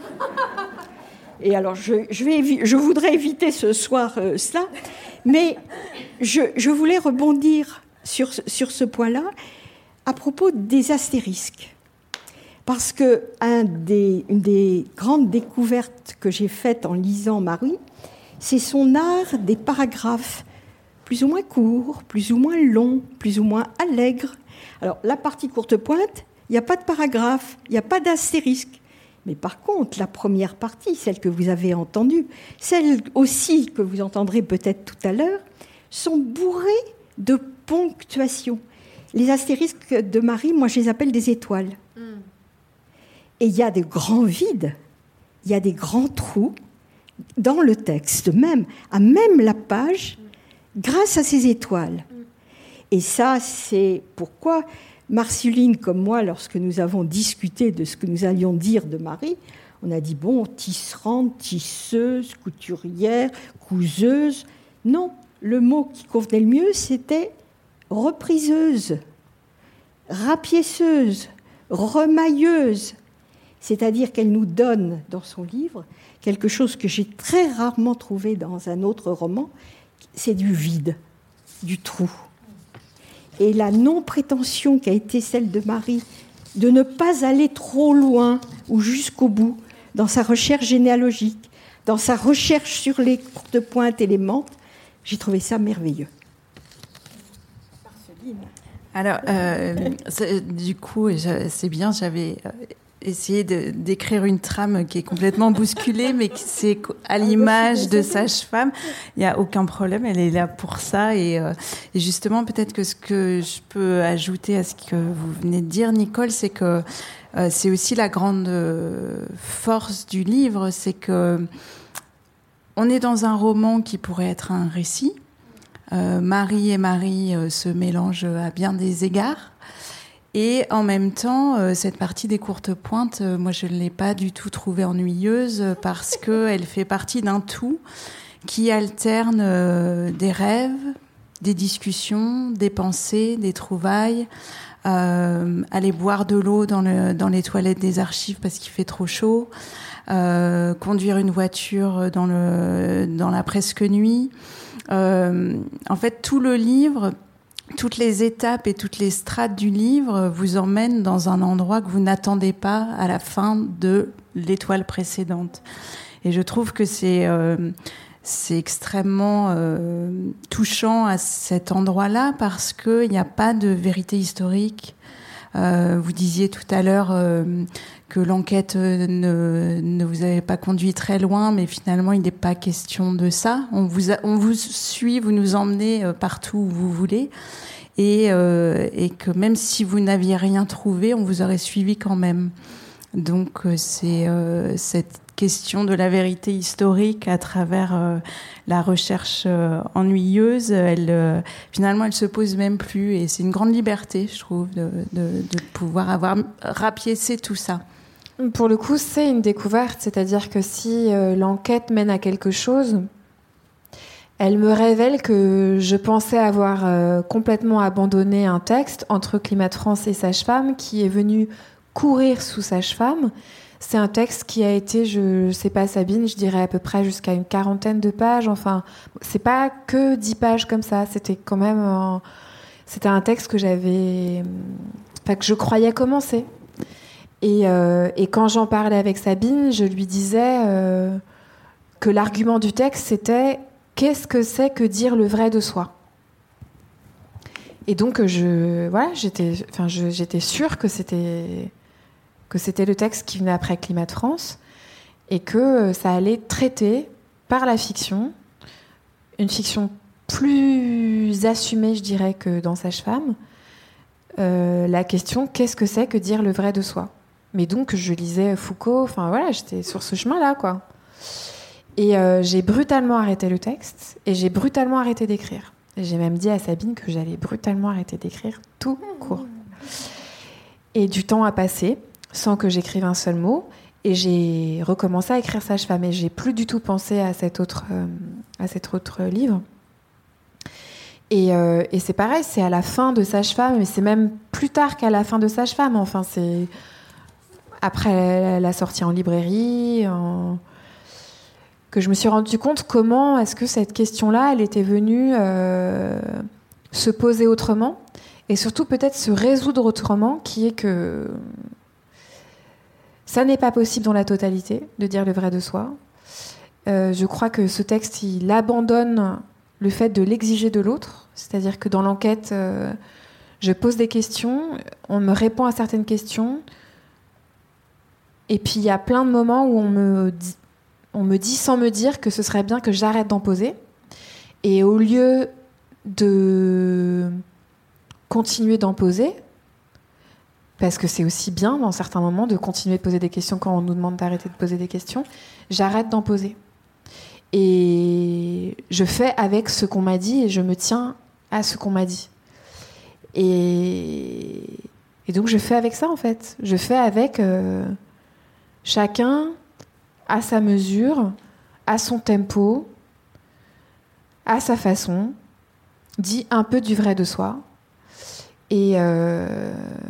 Et alors, je, je, vais, je voudrais éviter ce soir euh, cela, mais je, je voulais rebondir sur, sur ce point-là à propos des astérisques. Parce que un des, une des grandes découvertes que j'ai faites en lisant Marie, c'est son art des paragraphes, plus ou moins courts, plus ou moins longs, plus ou moins allègres. Alors, la partie courte pointe, il n'y a pas de paragraphe, il n'y a pas d'astérisque. Mais par contre, la première partie, celle que vous avez entendue, celle aussi que vous entendrez peut-être tout à l'heure, sont bourrées de ponctuation. Les astérisques de Marie, moi, je les appelle des étoiles. Mm. Et il y a des grands vides, il y a des grands trous dans le texte même, à même la page, mm. grâce à ces étoiles. Mm. Et ça, c'est pourquoi Marceline, comme moi, lorsque nous avons discuté de ce que nous allions dire de Marie, on a dit, bon, tisserande, tisseuse, couturière, couseuse. Non, le mot qui convenait le mieux, c'était repriseuse, rapiéceuse, remailleuse. C'est-à-dire qu'elle nous donne, dans son livre, quelque chose que j'ai très rarement trouvé dans un autre roman, c'est du vide, du trou. Et la non-prétention qui a été celle de Marie, de ne pas aller trop loin ou jusqu'au bout dans sa recherche généalogique, dans sa recherche sur les courtes pointes et les mantes, j'ai trouvé ça merveilleux. Alors, euh, du coup, c'est bien, j'avais essayé de, d'écrire une trame qui est complètement bousculée, mais qui c'est à l'image de Sage-Femme. Il n'y a aucun problème, elle est là pour ça. Et, euh, et justement, peut-être que ce que je peux ajouter à ce que vous venez de dire, Nicole, c'est que euh, c'est aussi la grande force du livre, c'est que on est dans un roman qui pourrait être un récit. Euh, Marie et Marie euh, se mélangent à bien des égards. Et en même temps, euh, cette partie des courtes pointes, euh, moi je ne l'ai pas du tout trouvée ennuyeuse parce qu'elle fait partie d'un tout qui alterne euh, des rêves, des discussions, des pensées, des trouvailles, euh, aller boire de l'eau dans, le, dans les toilettes des archives parce qu'il fait trop chaud, euh, conduire une voiture dans, le, dans la presque nuit. Euh, en fait, tout le livre, toutes les étapes et toutes les strates du livre vous emmènent dans un endroit que vous n'attendez pas à la fin de l'étoile précédente. Et je trouve que c'est, euh, c'est extrêmement euh, touchant à cet endroit-là parce qu'il n'y a pas de vérité historique. Euh, vous disiez tout à l'heure euh, que l'enquête ne, ne vous avait pas conduit très loin, mais finalement, il n'est pas question de ça. On vous, a, on vous suit, vous nous emmenez partout où vous voulez, et, euh, et que même si vous n'aviez rien trouvé, on vous aurait suivi quand même. Donc, c'est euh, cette question de la vérité historique à travers euh, la recherche euh, ennuyeuse, elle, euh, finalement, elle se pose même plus. Et c'est une grande liberté, je trouve, de, de, de pouvoir avoir rapiécé tout ça. Pour le coup, c'est une découverte. C'est-à-dire que si euh, l'enquête mène à quelque chose, elle me révèle que je pensais avoir euh, complètement abandonné un texte entre Climat de France et Sage-Femme qui est venu courir sous Sage-Femme. C'est un texte qui a été, je ne sais pas Sabine, je dirais à peu près jusqu'à une quarantaine de pages. Enfin, c'est pas que dix pages comme ça. C'était quand même, un, c'était un texte que j'avais, enfin, que je croyais commencer. Et, euh, et quand j'en parlais avec Sabine, je lui disais euh, que l'argument du texte, c'était « qu'est-ce que c'est que dire le vrai de soi ?» Et donc, je, voilà, j'étais, enfin, je, j'étais sûre que c'était, que c'était le texte qui venait après Climat de France et que ça allait traiter par la fiction, une fiction plus assumée, je dirais, que dans Sage-Femme, euh, la question « qu'est-ce que c'est que dire le vrai de soi ?» Mais donc, je lisais Foucault, enfin voilà, j'étais sur ce chemin-là, quoi. Et euh, j'ai brutalement arrêté le texte et j'ai brutalement arrêté d'écrire. J'ai même dit à Sabine que j'allais brutalement arrêter d'écrire tout court. Et du temps a passé sans que j'écrive un seul mot. Et j'ai recommencé à écrire Sage-Femme. Et j'ai plus du tout pensé à cet autre, euh, à cet autre livre. Et, euh, et c'est pareil, c'est à la fin de Sage-Femme, mais c'est même plus tard qu'à la fin de Sage-Femme. Enfin, c'est après la sortie en librairie... En... que je me suis rendu compte comment est-ce que cette question-là, elle était venue euh, se poser autrement et surtout peut-être se résoudre autrement, qui est que ça n'est pas possible dans la totalité de dire le vrai de soi. Euh, je crois que ce texte, il abandonne le fait de l'exiger de l'autre, c'est-à-dire que dans l'enquête, euh, je pose des questions, on me répond à certaines questions, et puis il y a plein de moments où on me dit On me dit sans me dire que ce serait bien que j'arrête d'en poser. Et au lieu de continuer d'en poser, parce que c'est aussi bien dans certains moments de continuer de poser des questions quand on nous demande d'arrêter de poser des questions, j'arrête d'en poser. Et je fais avec ce qu'on m'a dit et je me tiens à ce qu'on m'a dit. Et, et donc je fais avec ça en fait. Je fais avec euh, chacun... à sa mesure, à son tempo, à sa façon, dit un peu du vrai de soi. Et, euh...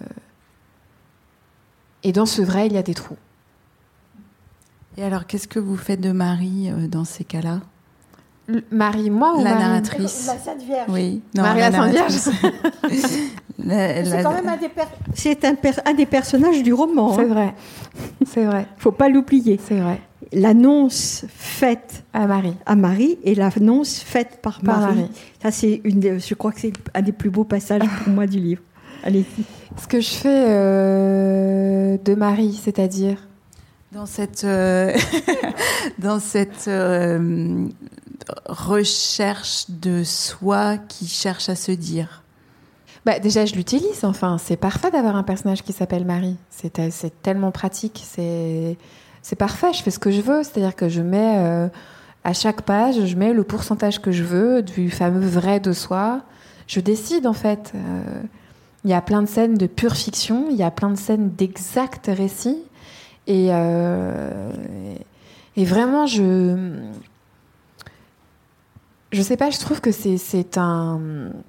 et dans ce vrai, il y a des trous. Et alors, qu'est-ce que vous faites de Marie euh, dans ces cas-là ? L- Marie, moi ou la Marie narratrice. La Sainte Vierge. Oui, non, Marie la, la Sainte Vierge. la, C'est la... quand même un des, per... c'est un, per... un des personnages du roman. C'est hein. vrai, c'est vrai. Faut pas l'oublier. C'est vrai. L'annonce faite à Marie, à Marie et l'annonce faite par, par Marie. Marie. Ça, c'est une. Des... Je crois que c'est un des plus beaux passages pour moi du livre. Allez. Ce que je fais euh, de Marie, c'est-à-dire dans cette euh, dans cette euh, recherche de soi qui cherche à se dire. Bah, déjà, je l'utilise. Enfin, c'est parfait d'avoir un personnage qui s'appelle Marie. C'est, c'est tellement pratique. C'est, c'est parfait. Je fais ce que je veux. C'est-à-dire que je mets euh, à chaque page, je mets le pourcentage que je veux du fameux vrai de soi. Je décide en fait. Euh, il y a plein de scènes de pure fiction. Il y a plein de scènes d'exact récit. Et, euh, et vraiment, je, je sais pas. Je trouve que c'est, c'est un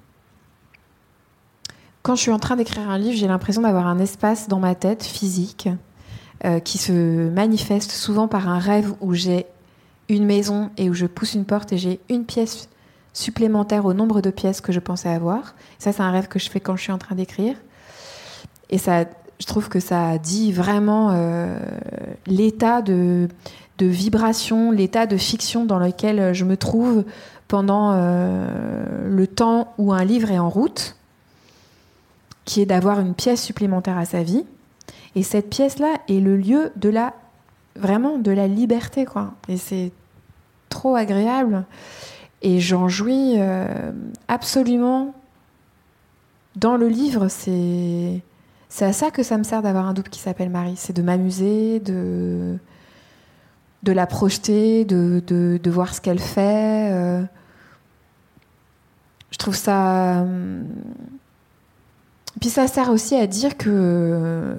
Quand je suis en train d'écrire un livre, j'ai l'impression d'avoir un espace dans ma tête physique euh, qui se manifeste souvent par un rêve où j'ai une maison et où je pousse une porte et j'ai une pièce supplémentaire au nombre de pièces que je pensais avoir. Ça, c'est un rêve que je fais quand je suis en train d'écrire. Et ça, je trouve que ça dit vraiment euh, l'état de, de vibration, l'état de fiction dans lequel je me trouve pendant euh, le temps où un livre est en route, qui est d'avoir une pièce supplémentaire à sa vie. Et cette pièce-là est le lieu de la, vraiment de la liberté, quoi. Et c'est trop agréable. Et j'en jouis euh, absolument. Dans le livre, c'est, c'est à ça que ça me sert d'avoir un double qui s'appelle Marie. C'est de m'amuser, de, de la projeter, de, de, de voir ce qu'elle fait. Euh, je trouve ça... Euh, Puis ça sert aussi à dire que, de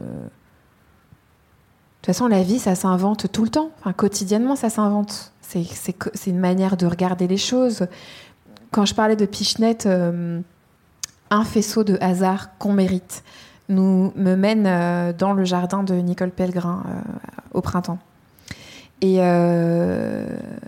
toute façon, la vie, ça s'invente tout le temps. Enfin, quotidiennement, ça s'invente. C'est, c'est, c'est une manière de regarder les choses. Quand je parlais de Pichenette, euh, un faisceau de hasard qu'on mérite nous me mène euh, dans le jardin de Nicole Pellegrin euh, au printemps. Et euh,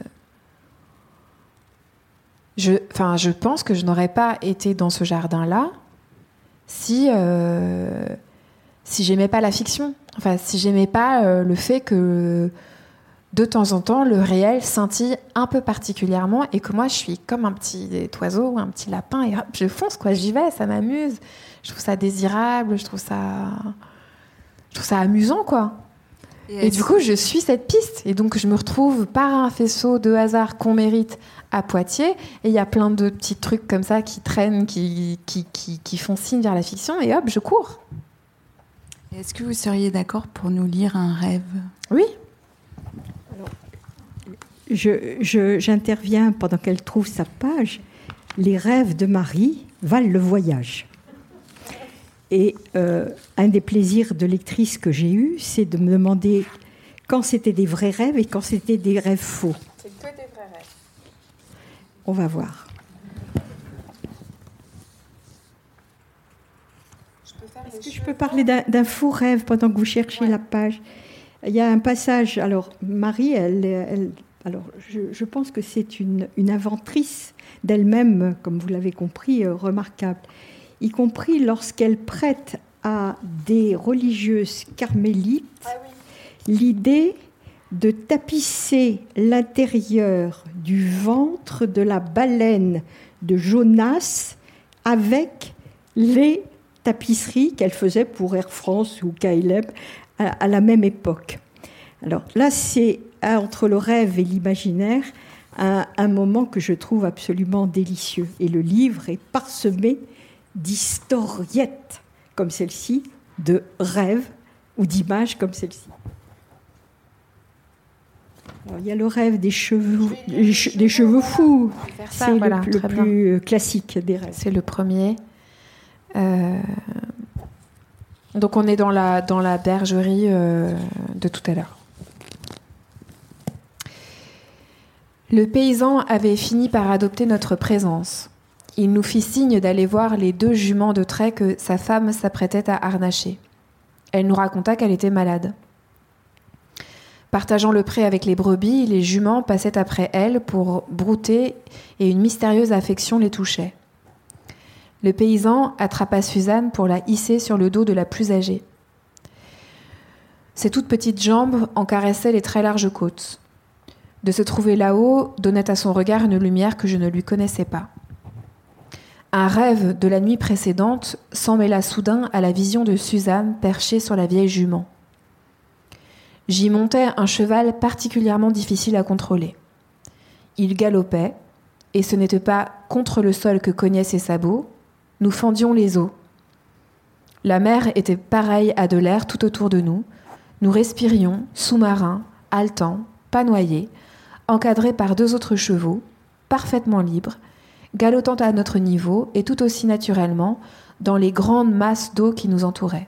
je, enfin, je pense que je n'aurais pas été dans ce jardin-là si, euh, si j'aimais pas la fiction. Enfin, si j'aimais pas euh, le fait que de temps en temps, le réel scintille un peu particulièrement et que moi, je suis comme un petit oiseau, un petit lapin et hop, je fonce, quoi, j'y vais, ça m'amuse. Je trouve ça désirable, je trouve ça, je trouve ça amusant, quoi. Et, et du coup, je suis cette piste. Et donc, je me retrouve par un faisceau de hasard qu'on mérite à Poitiers. Et il y a plein de petits trucs comme ça qui traînent, qui, qui, qui, qui font signe vers la fiction. Et hop, je cours. Est-ce que vous seriez d'accord pour nous lire un rêve ? Oui. Alors, je, je, j'interviens pendant qu'elle trouve sa page. Les rêves de Marie valent le voyage. Et euh, un des plaisirs de lectrice que j'ai eu, c'est de me demander quand c'était des vrais rêves et quand c'était des rêves faux. C'est que des vrais rêves. On va voir. Je peux faire Est-ce que je peux parler d'un, d'un faux rêve pendant que vous cherchez ouais. la page ? Il y a un passage. Alors, Marie, elle, elle, alors, je, je pense que c'est une, une inventrice d'elle-même, comme vous l'avez compris, euh, remarquable. Y compris lorsqu'elle prête à des religieuses carmélites ah oui. l'idée de tapisser l'intérieur du ventre de la baleine de Jonas avec les tapisseries qu'elle faisait pour Air France ou K L M à, à la même époque. Alors là, c'est entre le rêve et l'imaginaire un, un moment que je trouve absolument délicieux. Et le livre est parsemé d'historiettes comme celle-ci, de rêves ou d'images comme celle-ci. Alors, il y a le rêve des cheveux, des, che- des cheveux fous. Ça, c'est voilà, le, le plus classique des rêves. C'est le premier. Euh... Donc on est dans la, dans la bergerie euh, de tout à l'heure. Le paysan avait fini par adopter notre présence. Il nous fit signe d'aller voir les deux juments de trait que sa femme s'apprêtait à harnacher. Elle nous raconta qu'elle était malade. Partageant le pré avec les brebis, les juments passaient après elle pour brouter et une mystérieuse affection les touchait. Le paysan attrapa Suzanne pour la hisser sur le dos de la plus âgée. Ses toutes petites jambes en caressaient les très larges côtes. De se trouver là-haut donnait à son regard une lumière que je ne lui connaissais pas. Un rêve de la nuit précédente s'en mêla soudain à la vision de Suzanne perchée sur la vieille jument. J'y montais un cheval particulièrement difficile à contrôler. Il galopait, et ce n'était pas contre le sol que cognaient ses sabots, nous fendions les eaux. La mer était pareille à de l'air tout autour de nous, nous respirions, sous-marins, haletants, pas noyés, encadrés par deux autres chevaux, parfaitement libres, galotant à notre niveau et tout aussi naturellement dans les grandes masses d'eau qui nous entouraient.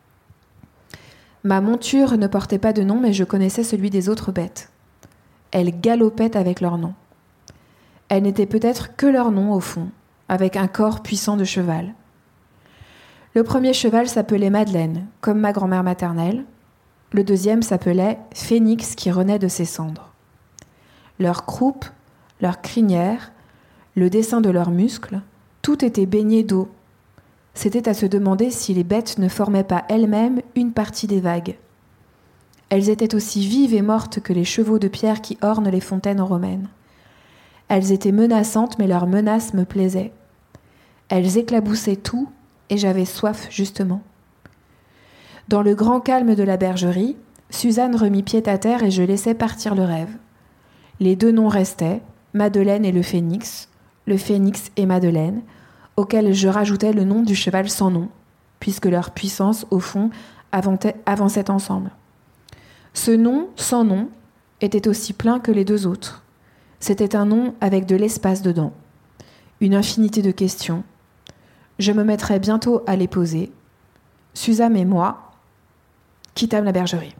Ma monture ne portait pas de nom, mais je connaissais celui des autres bêtes. Elles galopaient avec leur nom. Elles n'étaient peut-être que leur nom au fond, avec un corps puissant de cheval. Le premier cheval s'appelait Madeleine, comme ma grand-mère maternelle. Le deuxième s'appelait Phénix qui renaît de ses cendres. Leurs croupes, leurs crinières, le dessin de leurs muscles, tout était baigné d'eau. C'était à se demander si les bêtes ne formaient pas elles-mêmes une partie des vagues. Elles étaient aussi vives et mortes que les chevaux de pierre qui ornent les fontaines romaines. Elles étaient menaçantes, mais leurs menaces me plaisaient. Elles éclaboussaient tout, et j'avais soif, justement. Dans le grand calme de la bergerie, Suzanne remit pied à terre et je laissai partir le rêve. Les deux noms restaient, Madeleine et le Phénix, le Phénix et Madeleine, auxquels je rajoutais le nom du cheval sans nom, puisque leur puissance, au fond, avançait ensemble. Ce nom sans nom était aussi plein que les deux autres. C'était un nom avec de l'espace dedans, une infinité de questions. Je me mettrais bientôt à les poser. Suzanne et moi quittâmes la bergerie.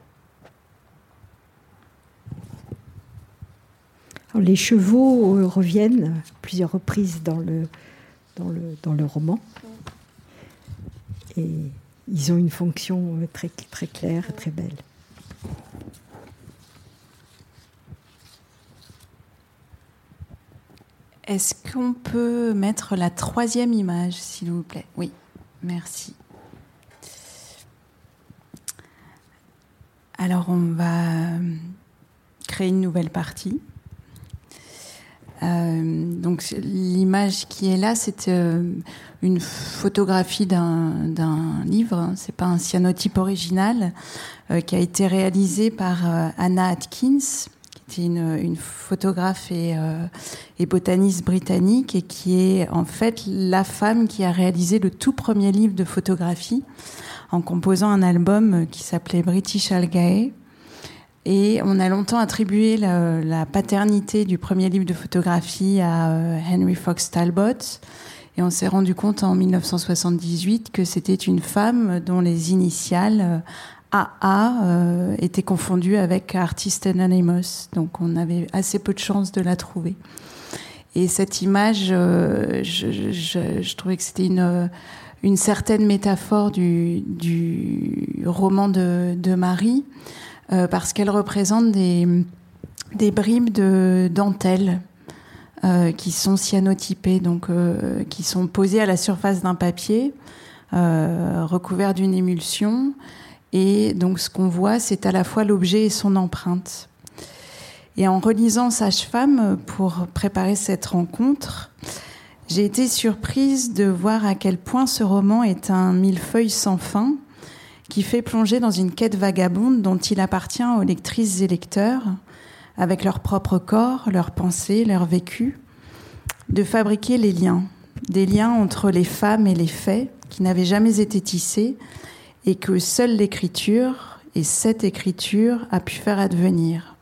Alors, les chevaux euh, reviennent à plusieurs reprises dans le, dans le, dans le roman. Et ils ont une fonction très, très claire et très belle. Est-ce qu'on peut mettre la troisième image, s'il vous plaît ? Oui, merci. Alors, on va créer une nouvelle partie. Euh, donc, l'image qui est là, c'est euh, une photographie d'un, d'un livre. C'est pas un cyanotype original euh, qui a été réalisé par euh, Anna Atkins, qui était une, une photographe et, euh, et botaniste britannique, et qui est en fait la femme qui a réalisé le tout premier livre de photographie en composant un album qui s'appelait British Algae. Et on a longtemps attribué la, la paternité du premier livre de photographie à euh, Henry Fox Talbot. Et on s'est rendu compte en dix-neuf cent soixante-dix-huit que c'était une femme dont les initiales euh, A A euh, étaient confondues avec Artist Anonymous. Donc on avait assez peu de chance de la trouver. Et cette image, euh, je, je, je trouvais que c'était une, une certaine métaphore du, du roman de, de Marie, euh, parce qu'elle représente des, des bribes de dentelle euh, qui sont cyanotypées, donc euh, qui sont posées à la surface d'un papier euh, recouvert d'une émulsion. Et donc ce qu'on voit, c'est à la fois l'objet et son empreinte. Et en relisant Sage-Femme pour préparer cette rencontre, j'ai été surprise de voir à quel point ce roman est un millefeuille sans fin qui fait plonger dans une quête vagabonde dont il appartient aux lectrices et lecteurs, avec leur propre corps, leurs pensées, leur vécu, de fabriquer les liens, des liens entre les femmes et les faits qui n'avaient jamais été tissés et que seule l'écriture, et cette écriture, a pu faire advenir.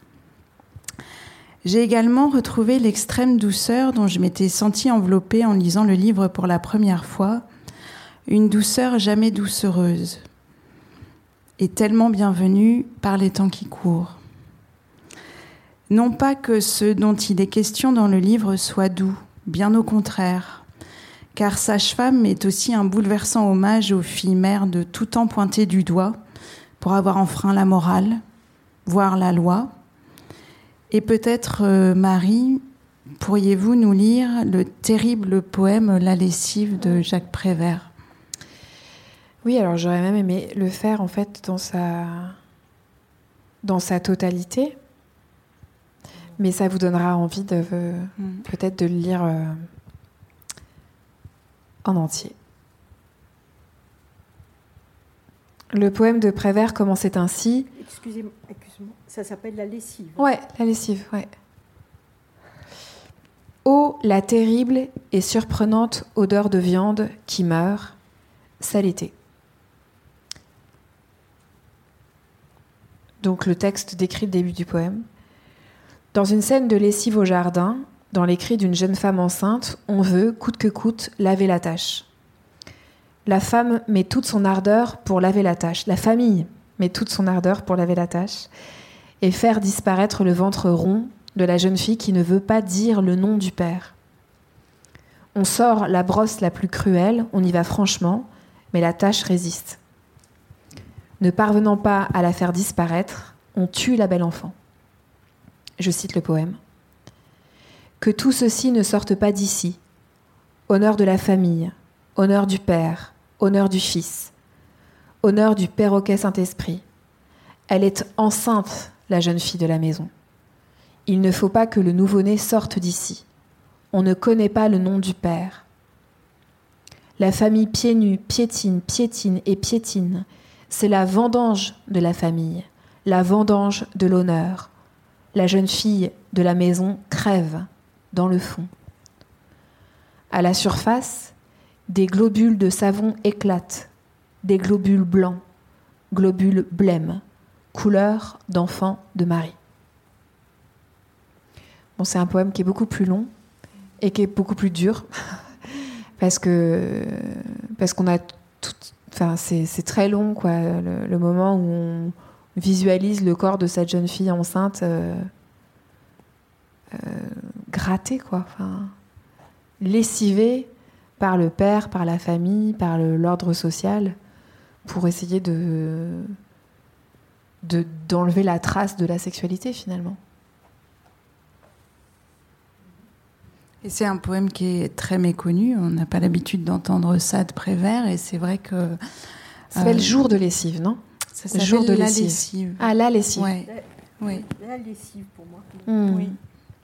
J'ai également retrouvé l'extrême douceur dont je m'étais sentie enveloppée en lisant le livre pour la première fois, une douceur jamais doucereuse, et tellement bienvenue par les temps qui courent. Non pas que ce dont il est question dans le livre soit doux, bien au contraire, car Sage-Femme est aussi un bouleversant hommage aux filles mères de tout temps pointées du doigt pour avoir enfreint la morale, voire la loi. Et peut-être, euh, Marie, pourriez-vous nous lire le terrible poème « La lessive » de Jacques Prévert ? Oui, alors j'aurais même aimé le faire en fait dans sa, dans sa totalité, mais ça vous donnera envie de euh, mm. peut-être de le lire euh, en entier. Le poème de Prévert commençait ainsi. Excusez-moi, excusez-moi, ça s'appelle La lessive. Ouais, La lessive, ouais. Ô la terrible et surprenante odeur de viande qui meurt, c'est l'été. Donc le texte décrit le début du poème. Dans une scène de lessive au jardin, dans les cris d'une jeune femme enceinte, on veut, coûte que coûte, laver la tâche. La femme met toute son ardeur pour laver la tâche. La famille met toute son ardeur pour laver la tâche et faire disparaître le ventre rond de la jeune fille qui ne veut pas dire le nom du père. On sort la brosse la plus cruelle, on y va franchement, mais la tâche résiste. Ne parvenant pas à la faire disparaître, on tue la belle enfant. Je cite le poème. Que tout ceci ne sorte pas d'ici. Honneur de la famille, honneur du père, honneur du fils, honneur du perroquet Saint-Esprit. Elle est enceinte, la jeune fille de la maison. Il ne faut pas que le nouveau-né sorte d'ici. On ne connaît pas le nom du père. La famille pieds nus piétine, piétine et piétine. C'est la vendange de la famille, la vendange de l'honneur. La jeune fille de la maison crève dans le fond. À la surface, des globules de savon éclatent, des globules blancs, globules blêmes, couleur d'enfant de Marie. Bon, c'est un poème qui est beaucoup plus long et qui est beaucoup plus dur parce que parce qu'on a tout, enfin c'est, c'est très long quoi, le, le moment où on visualise le corps de cette jeune fille enceinte euh, euh, gratté quoi, enfin lessivé par le père, par la famille, par le, l'ordre social pour essayer de, de d'enlever la trace de la sexualité finalement. Et c'est un poème qui est très méconnu. On n'a pas l'habitude d'entendre ça de Prévert. Et c'est vrai que... Ça s'appelle euh, Jour de lessive, non ? Ça s'appelle Jour de la lessive. lessive. Ah, la lessive. Ouais. Oui. La lessive pour moi. Mmh. Oui.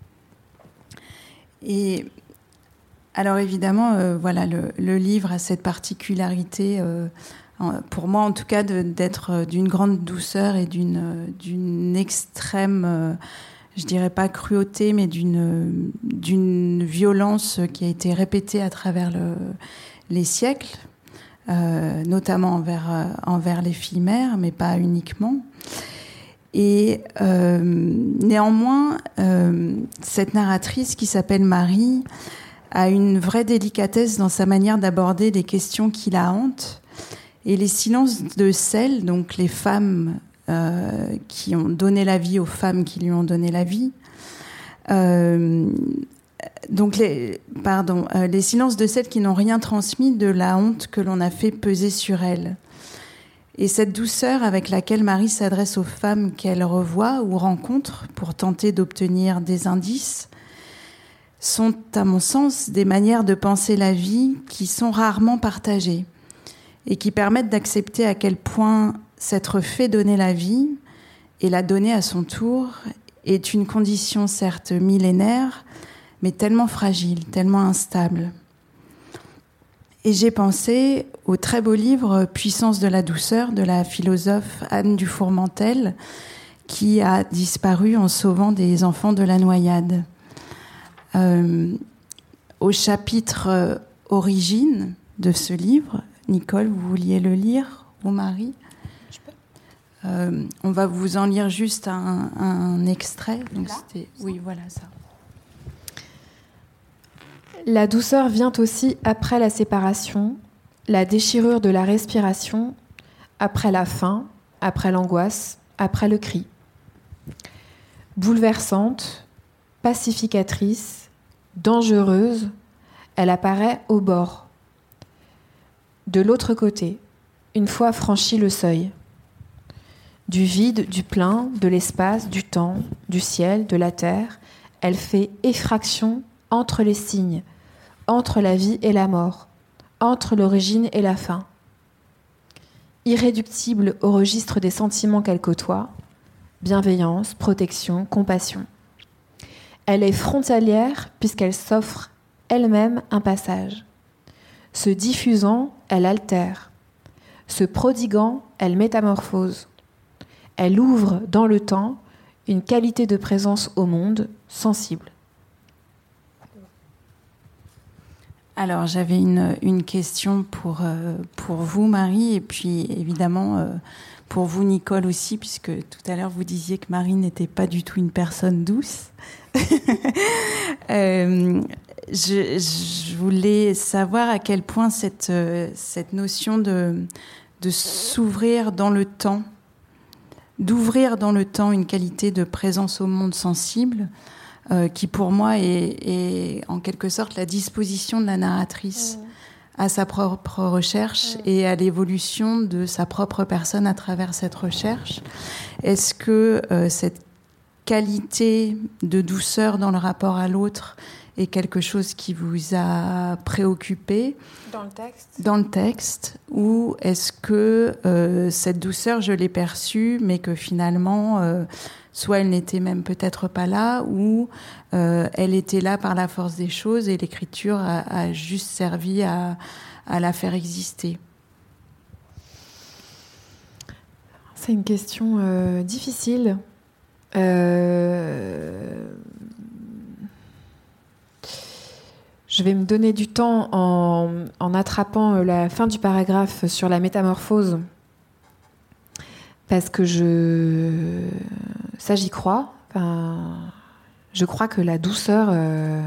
Et alors évidemment, euh, voilà, le, le livre a cette particularité, euh, en, pour moi en tout cas, de, d'être euh, d'une grande douceur et d'une, euh, d'une extrême, euh, je dirais pas cruauté, mais d'une, d'une violence qui a été répétée à travers le, les siècles, euh, notamment envers, euh, envers les filles mères, mais pas uniquement. Et euh, néanmoins, euh, cette narratrice qui s'appelle Marie a une vraie délicatesse dans sa manière d'aborder les questions qui la hantent. Et les silences de celles, donc les femmes euh, qui ont donné la vie aux femmes qui lui ont donné la vie, euh, donc les, pardon, euh, les silences de celles qui n'ont rien transmis de la honte que l'on a fait peser sur elles. Et cette douceur avec laquelle Marie s'adresse aux femmes qu'elle revoit ou rencontre pour tenter d'obtenir des indices sont, à mon sens, des manières de penser la vie qui sont rarement partagées et qui permettent d'accepter à quel point s'être fait donner la vie et la donner à son tour est une condition certes millénaire, mais tellement fragile, tellement instable. Et j'ai pensé au très beau livre « Puissance de la douceur » de la philosophe Anne Dufourmentel, qui a disparu en sauvant des enfants de la noyade. Euh, au chapitre euh, origine de ce livre, Nicole, vous vouliez le lire, ou Marie ? Je peux. Euh, on va vous en lire juste un, un extrait. Donc c'était... Oui, voilà ça. La douceur vient aussi après la séparation, la déchirure de la respiration, après la faim, après l'angoisse, après le cri. Bouleversante, pacificatrice, dangereuse, elle apparaît au bord. De l'autre côté, une fois franchi le seuil. Du vide, du plein, de l'espace, du temps, du ciel, de la terre, elle fait effraction entre les signes, entre la vie et la mort, entre l'origine et la fin. Irréductible au registre des sentiments qu'elle côtoie, bienveillance, protection, compassion. Elle est frontalière puisqu'elle s'offre elle-même un passage. Se diffusant, elle altère. Se prodiguant, elle métamorphose. Elle ouvre dans le temps une qualité de présence au monde sensible. Alors, j'avais une, une question pour, euh, pour vous, Marie, et puis évidemment euh, pour vous, Nicole, aussi, puisque tout à l'heure, vous disiez que Marie n'était pas du tout une personne douce. euh, je, je voulais savoir à quel point cette, euh, cette notion de, de s'ouvrir dans le temps, d'ouvrir dans le temps une qualité de présence au monde sensible, Euh, qui pour moi est, est en quelque sorte la disposition de la narratrice mmh. à sa propre recherche mmh. et à l'évolution de sa propre personne à travers cette recherche. Est-ce que euh, cette qualité de douceur dans le rapport à l'autre est quelque chose qui vous a préoccupé dans le texte, dans le texte ou est-ce que euh, cette douceur, je l'ai perçue, mais que finalement... Euh, soit elle n'était même peut-être pas là, ou euh, elle était là par la force des choses et l'écriture a, a juste servi à, à la faire exister. C'est une question euh, difficile. Euh... Je vais me donner du temps en, en attrapant la fin du paragraphe sur la métamorphose. Parce que je... ça, j'y crois. Enfin, je crois que la douceur euh,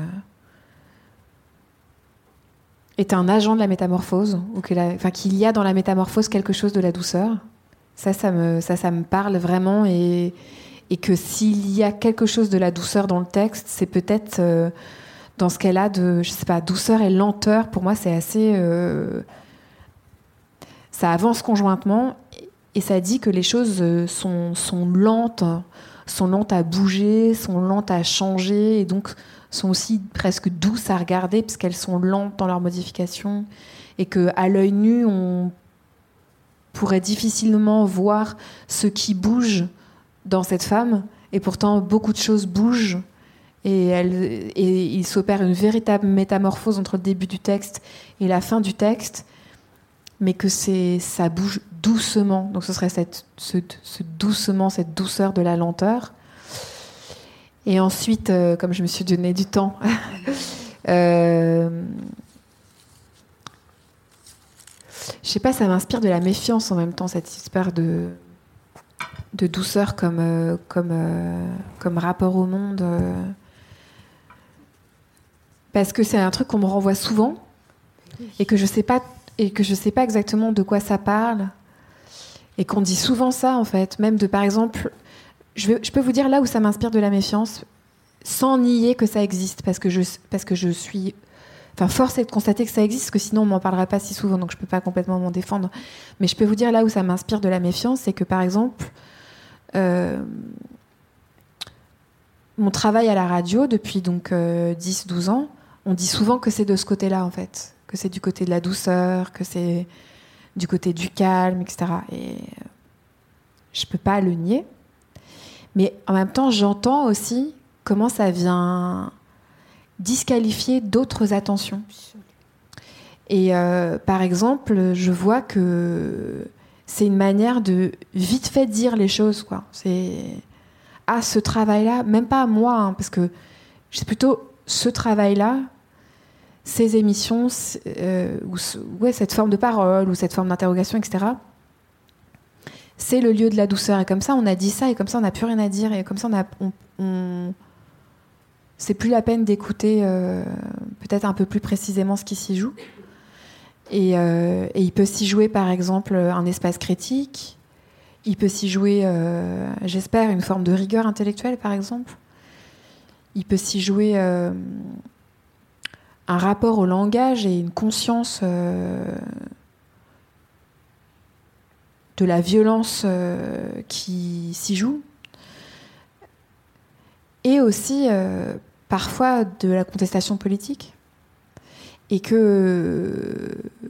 est un agent de la métamorphose, ou que la... enfin, qu'il y a dans la métamorphose quelque chose de la douceur. Ça, ça me, ça, ça me parle vraiment. Et, et que s'il y a quelque chose de la douceur dans le texte, c'est peut-être euh, dans ce qu'elle a de, je sais pas, douceur et lenteur. Pour moi, c'est assez... Euh... ça avance conjointement. Et ça dit que les choses sont, sont lentes, sont lentes à bouger, sont lentes à changer, et donc sont aussi presque douces à regarder, puisqu'elles sont lentes dans leur modification, et qu'à l'œil nu, on pourrait difficilement voir ce qui bouge dans cette femme, et pourtant beaucoup de choses bougent, et, elle, et il s'opère une véritable métamorphose entre le début du texte et la fin du texte, mais que c'est, ça bouge doucement. Donc ce serait cette, ce, ce doucement, cette douceur de la lenteur. Et ensuite, euh, comme je me suis donné du temps, euh, je sais pas, ça m'inspire de la méfiance en même temps, cette histoire de, de douceur comme, euh, comme, euh, comme rapport au monde. Euh, parce que c'est un truc qu'on me renvoie souvent et que je sais pas, et que je sais pas exactement de quoi ça parle. Et qu'on dit souvent ça, en fait. Même de, par exemple, je, vais, je peux vous dire là où ça m'inspire de la méfiance, sans nier que ça existe, parce que je, parce que je suis... Enfin, force est de constater que ça existe, parce que sinon on m'en parlerait pas si souvent, donc je peux pas complètement m'en défendre. Mais je peux vous dire là où ça m'inspire de la méfiance, c'est que par exemple, euh, mon travail à la radio depuis donc euh, dix douze ans, on dit souvent que c'est de ce côté-là en fait, que c'est du côté de la douceur, que c'est du côté du calme, et cetera. Et euh, je peux pas le nier, mais en même temps j'entends aussi comment ça vient disqualifier d'autres attentions. Et euh, par exemple, je vois que c'est une manière de vite fait dire les choses, quoi. C'est ah ce travail-là, même pas à moi, hein, parce que c'est plutôt ce travail-là, ces émissions, euh, ou ouais cette forme de parole ou cette forme d'interrogation, et cetera. C'est le lieu de la douceur. Et comme ça, on a dit ça, et comme ça, on n'a plus rien à dire, et comme ça, on a on, on c'est plus la peine d'écouter euh, peut-être un peu plus précisément ce qui s'y joue. Et, euh, et il peut s'y jouer, par exemple, un espace critique. Il peut s'y jouer, euh, j'espère, une forme de rigueur intellectuelle, par exemple. Il peut s'y jouer euh, un rapport au langage et une conscience euh, de la violence euh, qui s'y joue. Et aussi... Euh, parfois de la contestation politique, et que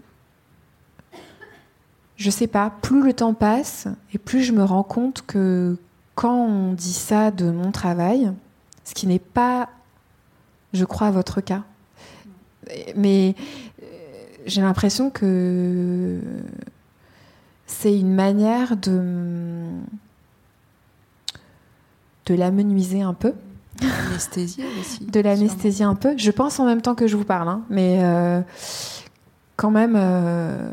je sais pas, plus le temps passe et plus je me rends compte que quand on dit ça de mon travail, ce qui n'est pas, je crois, votre cas, mais j'ai l'impression que c'est une manière de de l'amenuiser un peu. De l'anesthésie aussi. De l'anesthésie un peu. Je pense en même temps que je vous parle, hein, mais euh, quand même, euh,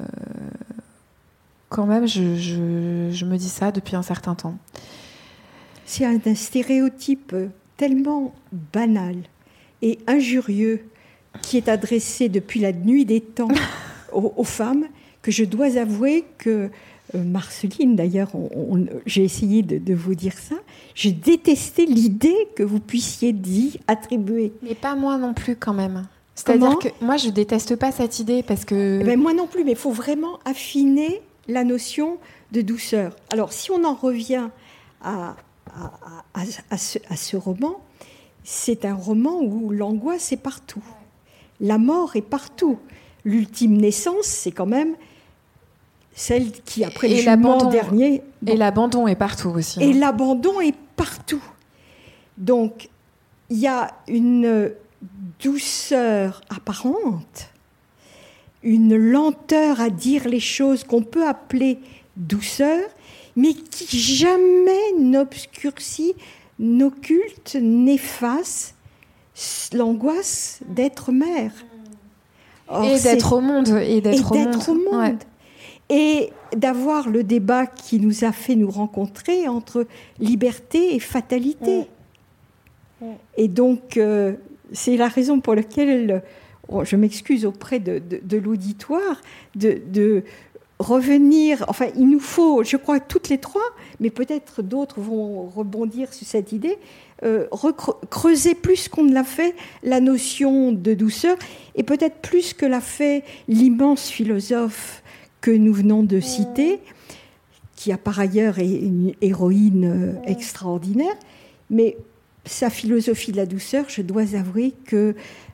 quand même, je, je, je me dis ça depuis un certain temps. C'est un, un stéréotype tellement banal et injurieux qui est adressé depuis la nuit des temps aux, aux femmes que je dois avouer que Euh, Marceline, d'ailleurs, on, on, j'ai essayé de, de vous dire ça. J'ai détesté l'idée que vous puissiez dire, attribuer. Mais pas moi non plus, quand même. C'est-à-dire Comment ? que moi, je déteste pas cette idée parce que. Eh ben, moi non plus, mais il faut vraiment affiner la notion de douceur. Alors, si on en revient à, à, à, à, ce, à ce roman, c'est un roman où l'angoisse est partout. La mort est partout. L'ultime naissance, c'est quand même celle qui, après le jugement dernier... Bon. Et l'abandon est partout aussi. Et hein. l'abandon est partout. Donc, il y a une douceur apparente, une lenteur à dire les choses qu'on peut appeler douceur, mais qui jamais n'obscurcit, n'occulte, n'efface l'angoisse d'être mère. Or, et d'être au monde. Et d'être, et au, d'être monde. au monde. Ouais. Et d'avoir le débat qui nous a fait nous rencontrer entre liberté et fatalité. Mmh. Mmh. Et donc, euh, c'est la raison pour laquelle oh, je m'excuse auprès de, de, de l'auditoire de, de revenir. Enfin, il nous faut, je crois, toutes les trois, mais peut-être d'autres vont rebondir sur cette idée, euh, creuser plus qu'on ne l'a fait la notion de douceur, et peut-être plus que l'a fait l'immense philosophe que nous venons de citer, qui a par ailleurs une héroïne extraordinaire, mais sa philosophie de la douceur, je dois avouer que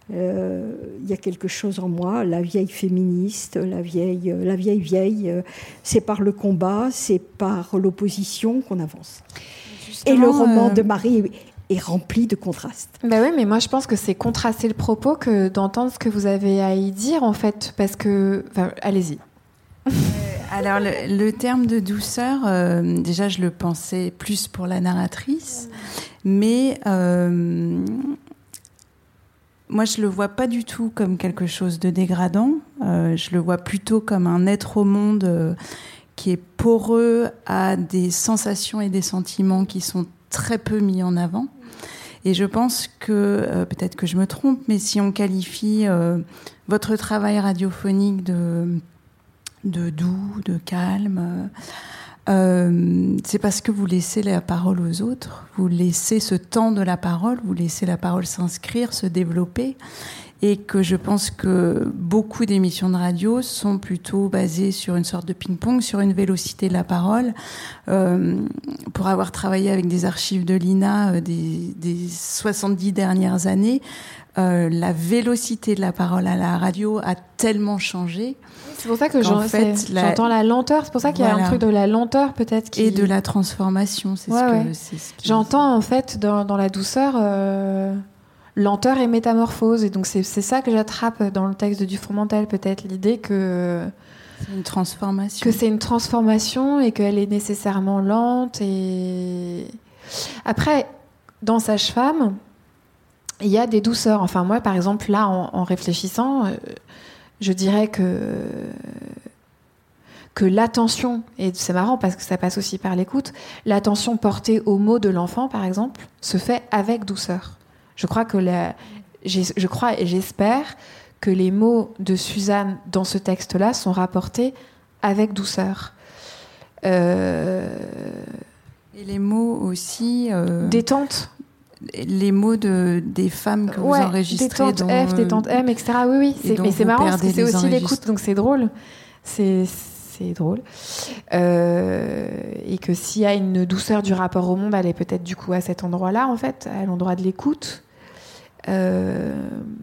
Euh, il y a quelque chose en moi, la vieille féministe, la vieille, la vieille vieille. Euh, c'est par le combat, c'est par l'opposition qu'on avance. Justement, et le roman euh... de Marie est rempli de contrastes. Ben oui, mais moi je pense que c'est contraster le propos que d'entendre ce que vous avez à y dire en fait, parce que, enfin, allez-y. Euh, alors le, le terme de douceur, euh, déjà je le pensais plus pour la narratrice, mais euh, moi je le vois pas du tout comme quelque chose de dégradant. Euh, je le vois plutôt comme un être au monde euh, qui est poreux à des sensations et des sentiments qui sont très peu mis en avant. Et je pense que, euh, peut-être que je me trompe, mais si on qualifie euh, votre travail radiophonique de, de doux, de calme, euh, c'est parce que vous laissez la parole aux autres, vous laissez ce temps de la parole, vous laissez la parole s'inscrire, se développer. Et que je pense que beaucoup d'émissions de radio sont plutôt basées sur une sorte de ping-pong, sur une vélocité de la parole. Euh, pour avoir travaillé avec des archives de l'I N A euh, des, des soixante-dix dernières années, euh, la vélocité de la parole à la radio a tellement changé. C'est pour ça que j'en, fait, la... j'entends la lenteur. C'est pour ça qu'il voilà. y a un truc de la lenteur peut-être. Qui... Et de la transformation. C'est ouais, ce que, ouais. c'est ce qui... J'entends en fait dans, dans la douceur... Euh... lenteur et métamorphose, et donc c'est, c'est ça que j'attrape dans le texte de Dufourmentel, peut-être l'idée que c'est une transformation, que c'est une transformation et qu'elle est nécessairement lente. Et après, dans Sage-Femme, il y a des douceurs. Enfin moi, par exemple, là, en, en réfléchissant, euh, je dirais que que l'attention, et c'est marrant parce que ça passe aussi par l'écoute, l'attention portée aux mots de l'enfant, par exemple, se fait avec douceur. Je crois que la, je crois et j'espère que les mots de Suzanne dans ce texte-là sont rapportés avec douceur. Euh... Et les mots aussi... Euh... Détente. Les mots de, des femmes que ouais, vous enregistrez. Détente dans, F, détente M, et cetera. Oui, oui. C'est, mais c'est marrant parce que c'est aussi l'écoute, donc c'est drôle. C'est... c'est drôle. Euh, et que s'il y a une douceur du rapport au monde, elle est peut-être du coup à cet endroit-là, en fait, à l'endroit de l'écoute. Euh,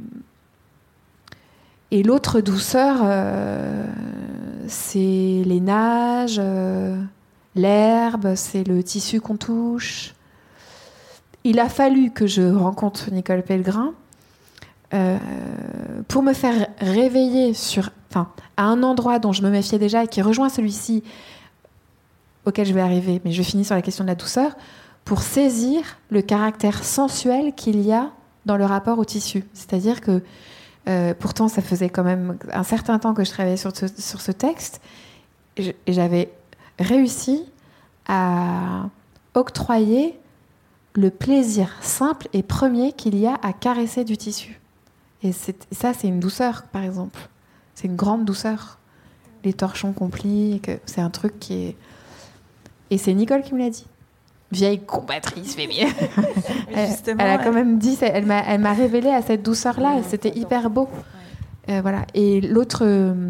et l'autre douceur, euh, c'est les nages, euh, l'herbe, c'est le tissu qu'on touche. Il a fallu que je rencontre Nicole Pellegrin euh, pour me faire réveiller sur... Enfin, à un endroit dont je me méfiais déjà et qui rejoint celui-ci auquel je vais arriver, mais je finis sur la question de la douceur, pour saisir le caractère sensuel qu'il y a dans le rapport au tissu. C'est-à-dire que, euh, pourtant, ça faisait quand même un certain temps que je travaillais sur ce, sur ce texte, et j'avais réussi à octroyer le plaisir simple et premier qu'il y a à caresser du tissu. Et c'est, ça, c'est une douceur, par exemple. C'est une grande douceur. Les torchons qu'on plie, que c'est un truc qui est... Et c'est Nicole qui me l'a dit. Vieille combatrice féminine. elle, elle a quand même dit, elle m'a, elle m'a révélé à cette douceur-là. Ouais, c'était hyper beau. Ouais. Euh, voilà. Et l'autre,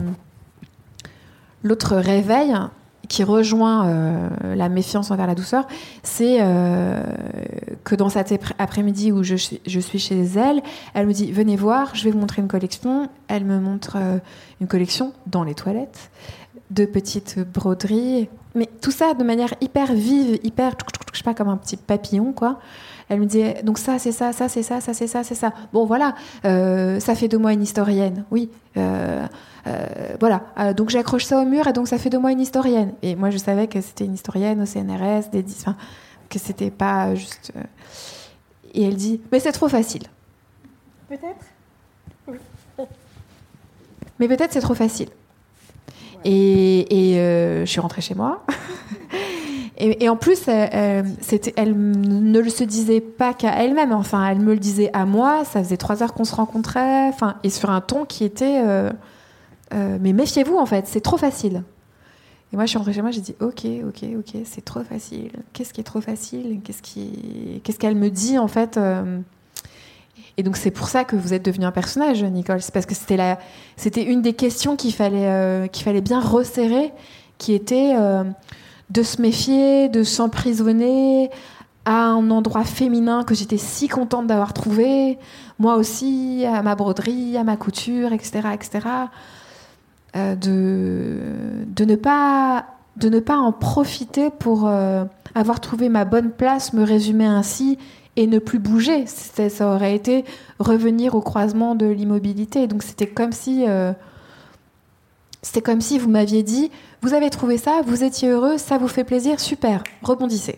l'autre réveil qui rejoint euh, la méfiance envers la douceur, c'est euh, que dans cet après-midi où je, je suis chez elle, elle me dit « Venez voir, je vais vous montrer une collection ». Elle me montre euh, une collection dans les toilettes, de petites broderies, mais tout ça de manière hyper vive, hyper, je sais pas, comme un petit papillon, quoi. Elle me dit « Donc ça, c'est ça, ça, c'est ça, ça, c'est ça, c'est ça. Bon, voilà, euh, ça fait de moi une historienne, oui. Euh, euh, voilà, euh, donc j'accroche ça au mur et donc ça fait de moi une historienne. » Et moi, je savais que c'était une historienne au C N R S, des, enfin, que c'était pas juste... Euh... Et elle dit « Mais c'est trop facile. » Peut-être oui. Mais peut-être c'est trop facile. Ouais. Et, et euh, je suis rentrée chez moi. Et, et en plus, euh, c'était, elle ne le se disait pas qu'à elle-même. Enfin, elle me le disait à moi. Ça faisait trois heures qu'on se rencontrait. Enfin, et sur un ton qui était... Euh, euh, mais méfiez-vous, en fait. C'est trop facile. Et moi, je suis rentrée chez moi. J'ai dit, OK, OK, OK. C'est trop facile. Qu'est-ce qui est trop facile ? Qu'est-ce, qui... Qu'est-ce qu'elle me dit, en fait euh... Et donc, c'est pour ça que vous êtes devenue un personnage, Nicole. C'est parce que c'était, la... c'était une des questions qu'il fallait, euh, qu'il fallait bien resserrer, qui était... Euh... de se méfier, de s'emprisonner à un endroit féminin que j'étais si contente d'avoir trouvé, moi aussi, à ma broderie, à ma couture, et cetera, et cetera. Euh, de, de, ne pas, de ne pas en profiter pour euh, avoir trouvé ma bonne place, me résumer ainsi et ne plus bouger. C'était, ça aurait été revenir au croisement de l'immobilité. Donc c'était comme si, euh, c'était comme si vous m'aviez dit, vous avez trouvé ça, vous étiez heureux, ça vous fait plaisir, super, rebondissez.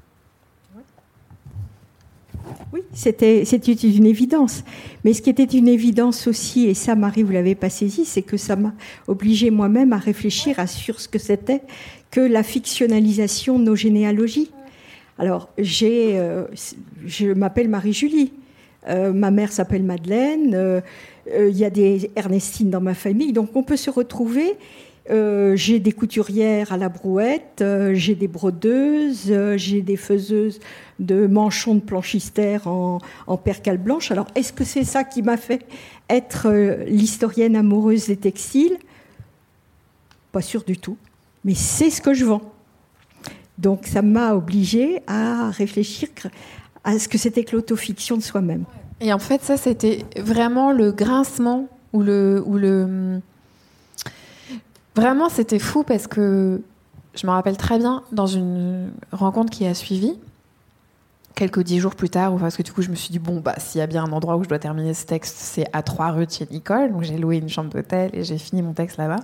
Oui, c'était, c'était une évidence. Mais ce qui était une évidence aussi, et ça, Marie, vous ne l'avez pas saisi, c'est que ça m'a obligée moi-même à réfléchir à, sur ce que c'était que la fictionnalisation de nos généalogies. Alors, j'ai, euh, je m'appelle Marie-Julie. Euh, ma mère s'appelle Madeleine. Il euh, euh, y a des Ernestines dans ma famille. Donc, on peut se retrouver. Euh, j'ai des couturières à la brouette, euh, j'ai des brodeuses, euh, j'ai des faiseuses de manchons de planchistère en, en percale blanche. Alors, est-ce que c'est ça qui m'a fait être euh, l'historienne amoureuse des textiles ? Pas sûr du tout. Mais c'est ce que je vends. Donc, ça m'a obligée à réfléchir à ce que c'était que l'autofiction de soi-même. Et en fait, ça, c'était vraiment le grincement ou le... Ou le... Vraiment, c'était fou parce que je me rappelle très bien dans une rencontre qui a suivi, quelques dix jours plus tard, parce que du coup, je me suis dit, bon, bah, s'il y a bien un endroit où je dois terminer ce texte, c'est à trois rue de chez Nicole. Donc, j'ai loué une chambre d'hôtel et j'ai fini mon texte là-bas.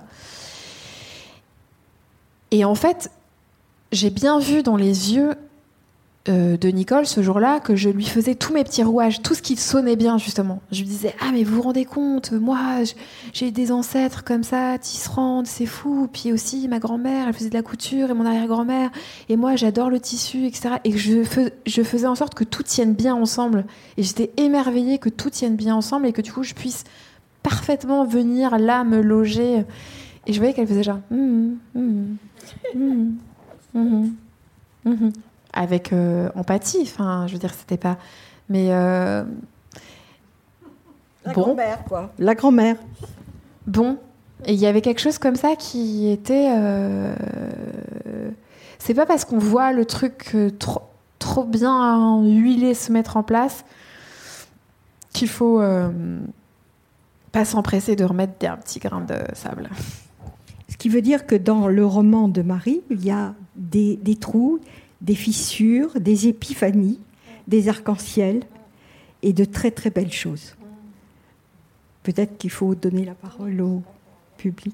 Et en fait, j'ai bien vu dans les yeux euh, de Nicole ce jour-là que je lui faisais tous mes petits rouages, tout ce qui sonnait bien, justement. Je lui disais, ah, mais vous vous rendez compte, moi, j'ai des ancêtres comme ça, tisserandes, c'est fou. Puis aussi, ma grand-mère, elle faisait de la couture, et mon arrière-grand-mère, et moi, j'adore le tissu, et cetera. Et que je, fais, je faisais en sorte que tout tienne bien ensemble. Et j'étais émerveillée que tout tienne bien ensemble et que du coup, je puisse parfaitement venir là me loger. Et je voyais qu'elle faisait genre... Mmh, mmh, mmh, mmh, mmh. Avec euh, empathie, enfin, je veux dire, c'était pas... Mais... Euh... La bon. grand-mère, quoi. La grand-mère. Bon. Et il y avait quelque chose comme ça qui était... Euh... C'est pas parce qu'on voit le truc euh, trop, trop bien huilé se mettre en place qu'il faut euh, pas s'empresser de remettre un petit grain de sable. Ce qui veut dire que dans le roman de Marie, il y a des, des trous, des fissures, des épiphanies, des arcs-en-ciel et de très très belles choses. Peut-être qu'il faut donner la parole au public.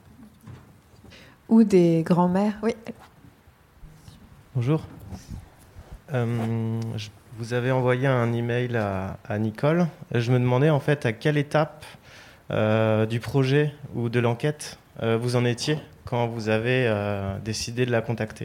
Ou des grands-mères. Oui. Bonjour. Euh, je, vous avez envoyé un email à, à Nicole. Je me demandais en fait à quelle étape euh, du projet ou de l'enquête euh, vous en étiez quand vous avez euh, décidé de la contacter.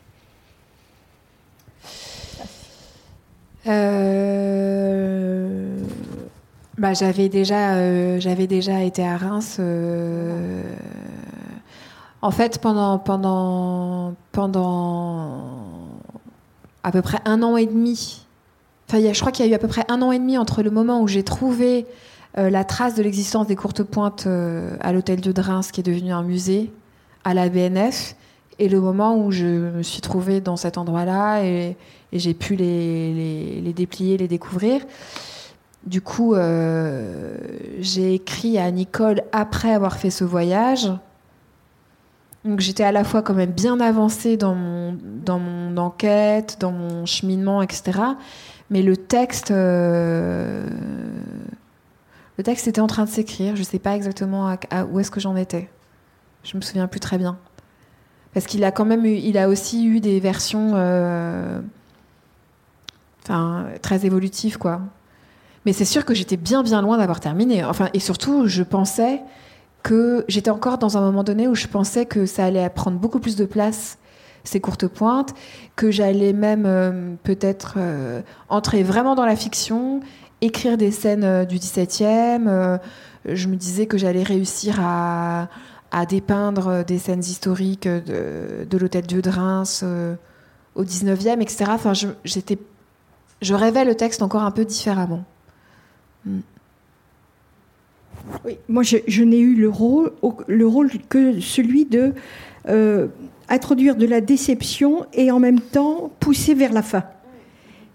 Euh... Bah, j'avais déjà, euh, j'avais déjà été à Reims. Euh... En fait, pendant, pendant, pendant à peu près un an et demi. Enfin, y a, je crois qu'il y a eu à peu près un an et demi entre le moment où j'ai trouvé euh, la trace de l'existence des courtes pointes euh, à l'hôtel Dieu de Reims, qui est devenu un musée, à la B N F, et le moment où je me suis trouvée dans cet endroit-là et, et j'ai pu les, les, les déplier, les découvrir. Du coup, euh, j'ai écrit à Nicole après avoir fait ce voyage. Donc j'étais à la fois quand même bien avancée dans mon, dans mon enquête, dans mon cheminement, et cetera. Mais le texte, euh, le texte était en train de s'écrire. Je ne sais pas exactement à, à, où est-ce que j'en étais. Je ne me souviens plus très bien. Parce qu'il a quand même eu, il a aussi eu des versions euh, enfin, très évolutives, quoi. Mais c'est sûr que j'étais bien, bien loin d'avoir terminé. Enfin, et surtout, je pensais que j'étais encore dans un moment donné où je pensais que ça allait prendre beaucoup plus de place, ces courtes pointes, que j'allais même euh, peut-être euh, entrer vraiment dans la fiction, écrire des scènes euh, du dix-septième. Euh, je me disais que j'allais réussir à, à dépeindre des scènes historiques de, de l'hôtel Dieu de Reims euh, au dix-neuvième, et cetera. Enfin, je, j'étais, je rêvais le texte encore un peu différemment. Mm. Oui, moi, je, je n'ai eu le rôle, le rôle que celui de euh, introduire de la déception et en même temps pousser vers la fin.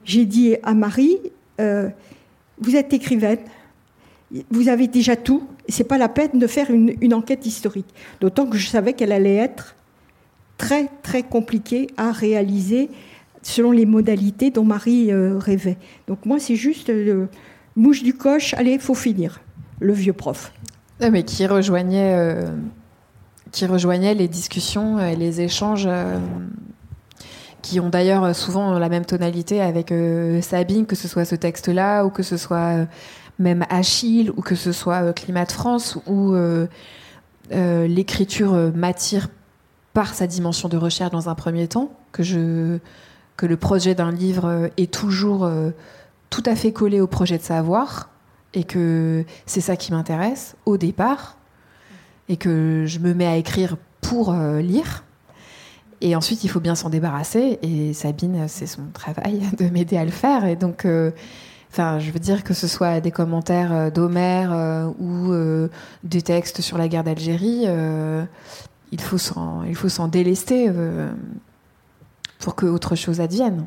j'ai dit à Marie, euh, vous êtes écrivaine, vous avez déjà tout, c'est pas la peine de faire une, une enquête historique. D'autant que je savais qu'elle allait être très, très compliquée à réaliser selon les modalités dont Marie euh, rêvait. Donc moi, c'est juste euh, mouche du coche, allez, faut finir, le vieux prof. Non, mais qui rejoignait, euh, qui rejoignait les discussions et les échanges euh, qui ont d'ailleurs souvent la même tonalité avec euh, Sabine, que ce soit ce texte-là, ou que ce soit euh, même Achille, ou que ce soit euh, Climat de France, où euh, euh, l'écriture euh, m'attire par sa dimension de recherche dans un premier temps, que, je, que le projet d'un livre euh, est toujours euh, tout à fait collé au projet de savoir, et que c'est ça qui m'intéresse au départ, et que je me mets à écrire pour euh, lire. Et ensuite, il faut bien s'en débarrasser. Et Sabine, c'est son travail de m'aider à le faire. Et donc, euh, enfin, je veux dire que ce soit des commentaires d'Homère euh, ou euh, des textes sur la guerre d'Algérie, euh, il faut s'en, il faut s'en délester euh, pour que autre chose advienne.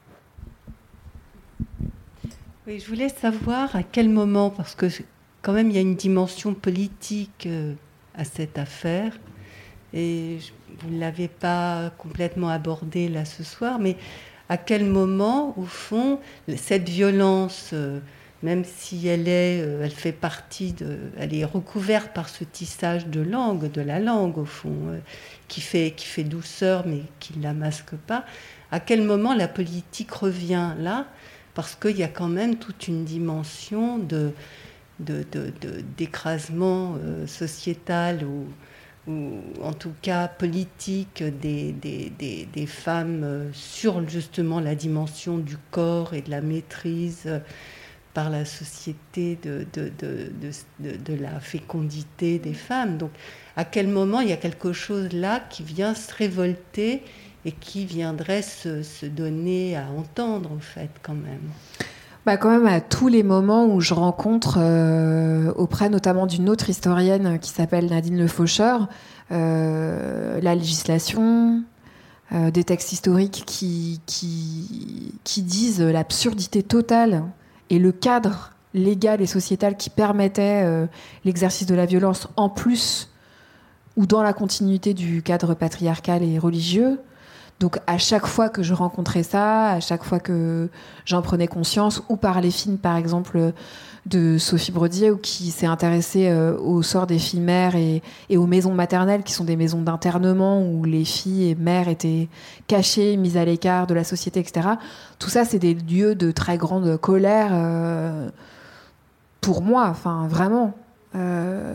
Oui, je voulais savoir à quel moment, parce que quand même, il y a une dimension politique euh, à cette affaire. Et je, vous ne l'avez pas complètement abordé là ce soir, mais à quel moment, au fond, cette violence, euh, même si elle est, euh, elle fait partie de, elle est recouverte par ce tissage de langue, de la langue au fond, euh, qui fait, qui fait douceur, mais qui ne la masque pas. À quel moment la politique revient là, parce qu'il y a quand même toute une dimension de, de, de, de d'écrasement euh, sociétal ou ou en tout cas politique des, des, des, des femmes sur justement la dimension du corps et de la maîtrise par la société de, de, de, de, de la fécondité des femmes. Donc à quel moment il y a quelque chose là qui vient se révolter et qui viendrait se, se donner à entendre en fait quand même? Bah quand même à tous les moments où je rencontre euh, auprès notamment d'une autre historienne qui s'appelle Nadine Le Faucheur euh, la législation, euh, des textes historiques qui, qui, qui disent l'absurdité totale et le cadre légal et sociétal qui permettait euh, l'exercice de la violence en plus ou dans la continuité du cadre patriarcal et religieux. Donc à chaque fois que je rencontrais ça, à chaque fois que j'en prenais conscience, ou par les films par exemple de Sophie Brodier, ou qui s'est intéressée euh, au sort des filles mères et, et aux maisons maternelles, qui sont des maisons d'internement où les filles et mères étaient cachées, mises à l'écart de la société, et cetera. Tout ça, c'est des lieux de très grande colère euh, pour moi, enfin vraiment, euh,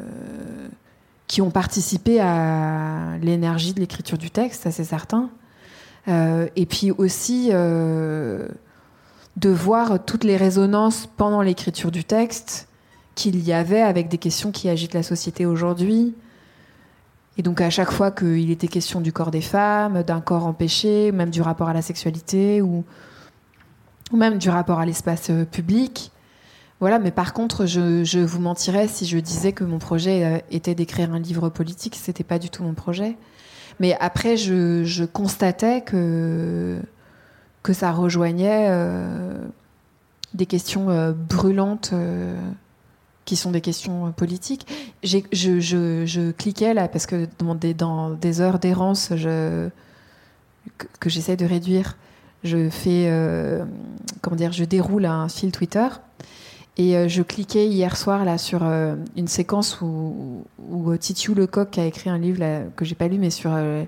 qui ont participé à l'énergie de l'écriture du texte, ça c'est certain. Euh, et puis aussi euh, de voir toutes les résonances pendant l'écriture du texte qu'il y avait avec des questions qui agitent la société aujourd'hui. Et donc à chaque fois qu'il était question du corps des femmes, d'un corps empêché, même du rapport à la sexualité, ou, ou même du rapport à l'espace public. Voilà, mais par contre, je, je vous mentirais si je disais que mon projet était d'écrire un livre politique. C'était pas du tout mon projet. Mais après, je, je constatais que, que ça rejoignait euh, des questions euh, brûlantes euh, qui sont des questions politiques. J'ai, je, je, je cliquais là parce que dans des, dans des heures d'errance je, que, que j'essaie de réduire, je fais, euh, comment dire, je déroule un fil Twitter. Et euh, je cliquais hier soir là, sur euh, une séquence où, où Titiou Lecoq a écrit un livre là, que j'ai pas lu, mais sur euh,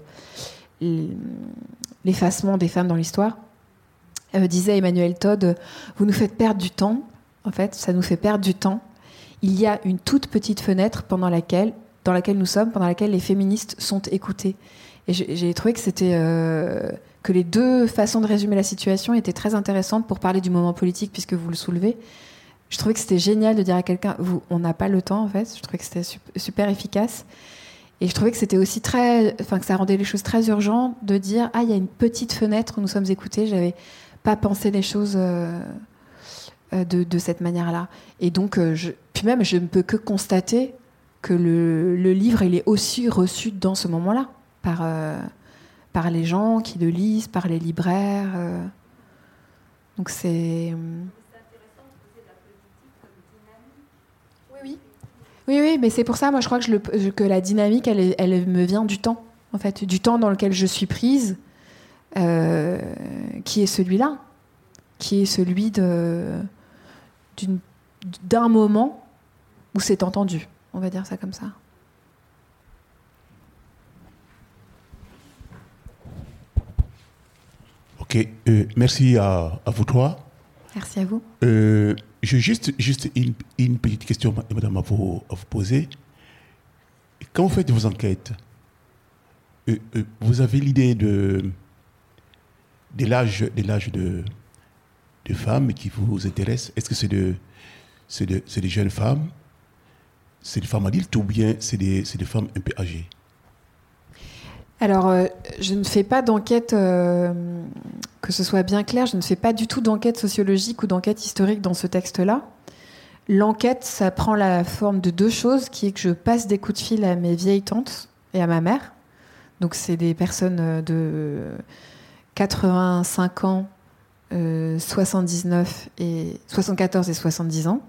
l'effacement des femmes dans l'histoire. Euh, disait Emmanuel Todd, vous nous faites perdre du temps. En fait, ça nous fait perdre du temps. Il y a une toute petite fenêtre pendant laquelle, dans laquelle nous sommes, pendant laquelle les féministes sont écoutées. Et j'ai, j'ai trouvé que c'était euh, que les deux façons de résumer la situation étaient très intéressantes pour parler du moment politique, puisque vous le soulevez. Je trouvais que c'était génial de dire à quelqu'un, vous, on n'a pas le temps en fait. Je trouvais que c'était super efficace. Et je trouvais que c'était aussi très, enfin que ça rendait les choses très urgentes de dire, ah, il y a une petite fenêtre où nous sommes écoutés. J'avais pas pensé les choses euh, de, de cette manière-là. Et donc, euh, je, puis même, je ne peux que constater que le, le livre, il est aussi reçu dans ce moment-là par euh, par les gens qui le lisent, par les libraires. Euh, Donc c'est... Oui, oui. Oui, oui, mais c'est pour ça, moi, je crois que, je le, que la dynamique, elle, elle me vient du temps, en fait, du temps dans lequel je suis prise, euh, qui est celui-là, qui est celui de, d'une, d'un moment où c'est entendu, on va dire ça comme ça. Ok, euh, merci à, à vous trois. Merci à vous. Euh, j'ai juste, juste une, une petite question, madame, à vous, à vous poser. Quand vous faites vos enquêtes, euh, euh, vous avez l'idée de, de l'âge, de, l'âge de, de femmes qui vous intéressent? Est-ce que c'est, de, c'est, de, c'est des jeunes femmes, c'est des femmes adultes ou bien c'est des, c'est des femmes un peu âgées? Alors, euh, je ne fais pas d'enquête, euh, que ce soit bien clair, je ne fais pas du tout d'enquête sociologique ou d'enquête historique dans ce texte-là. L'enquête, ça prend la forme de deux choses, qui est que je passe des coups de fil à mes vieilles tantes et à ma mère. Donc, c'est des personnes de quatre-vingt-cinq ans, euh, soixante-dix-neuf et soixante-quatorze et soixante-dix ans.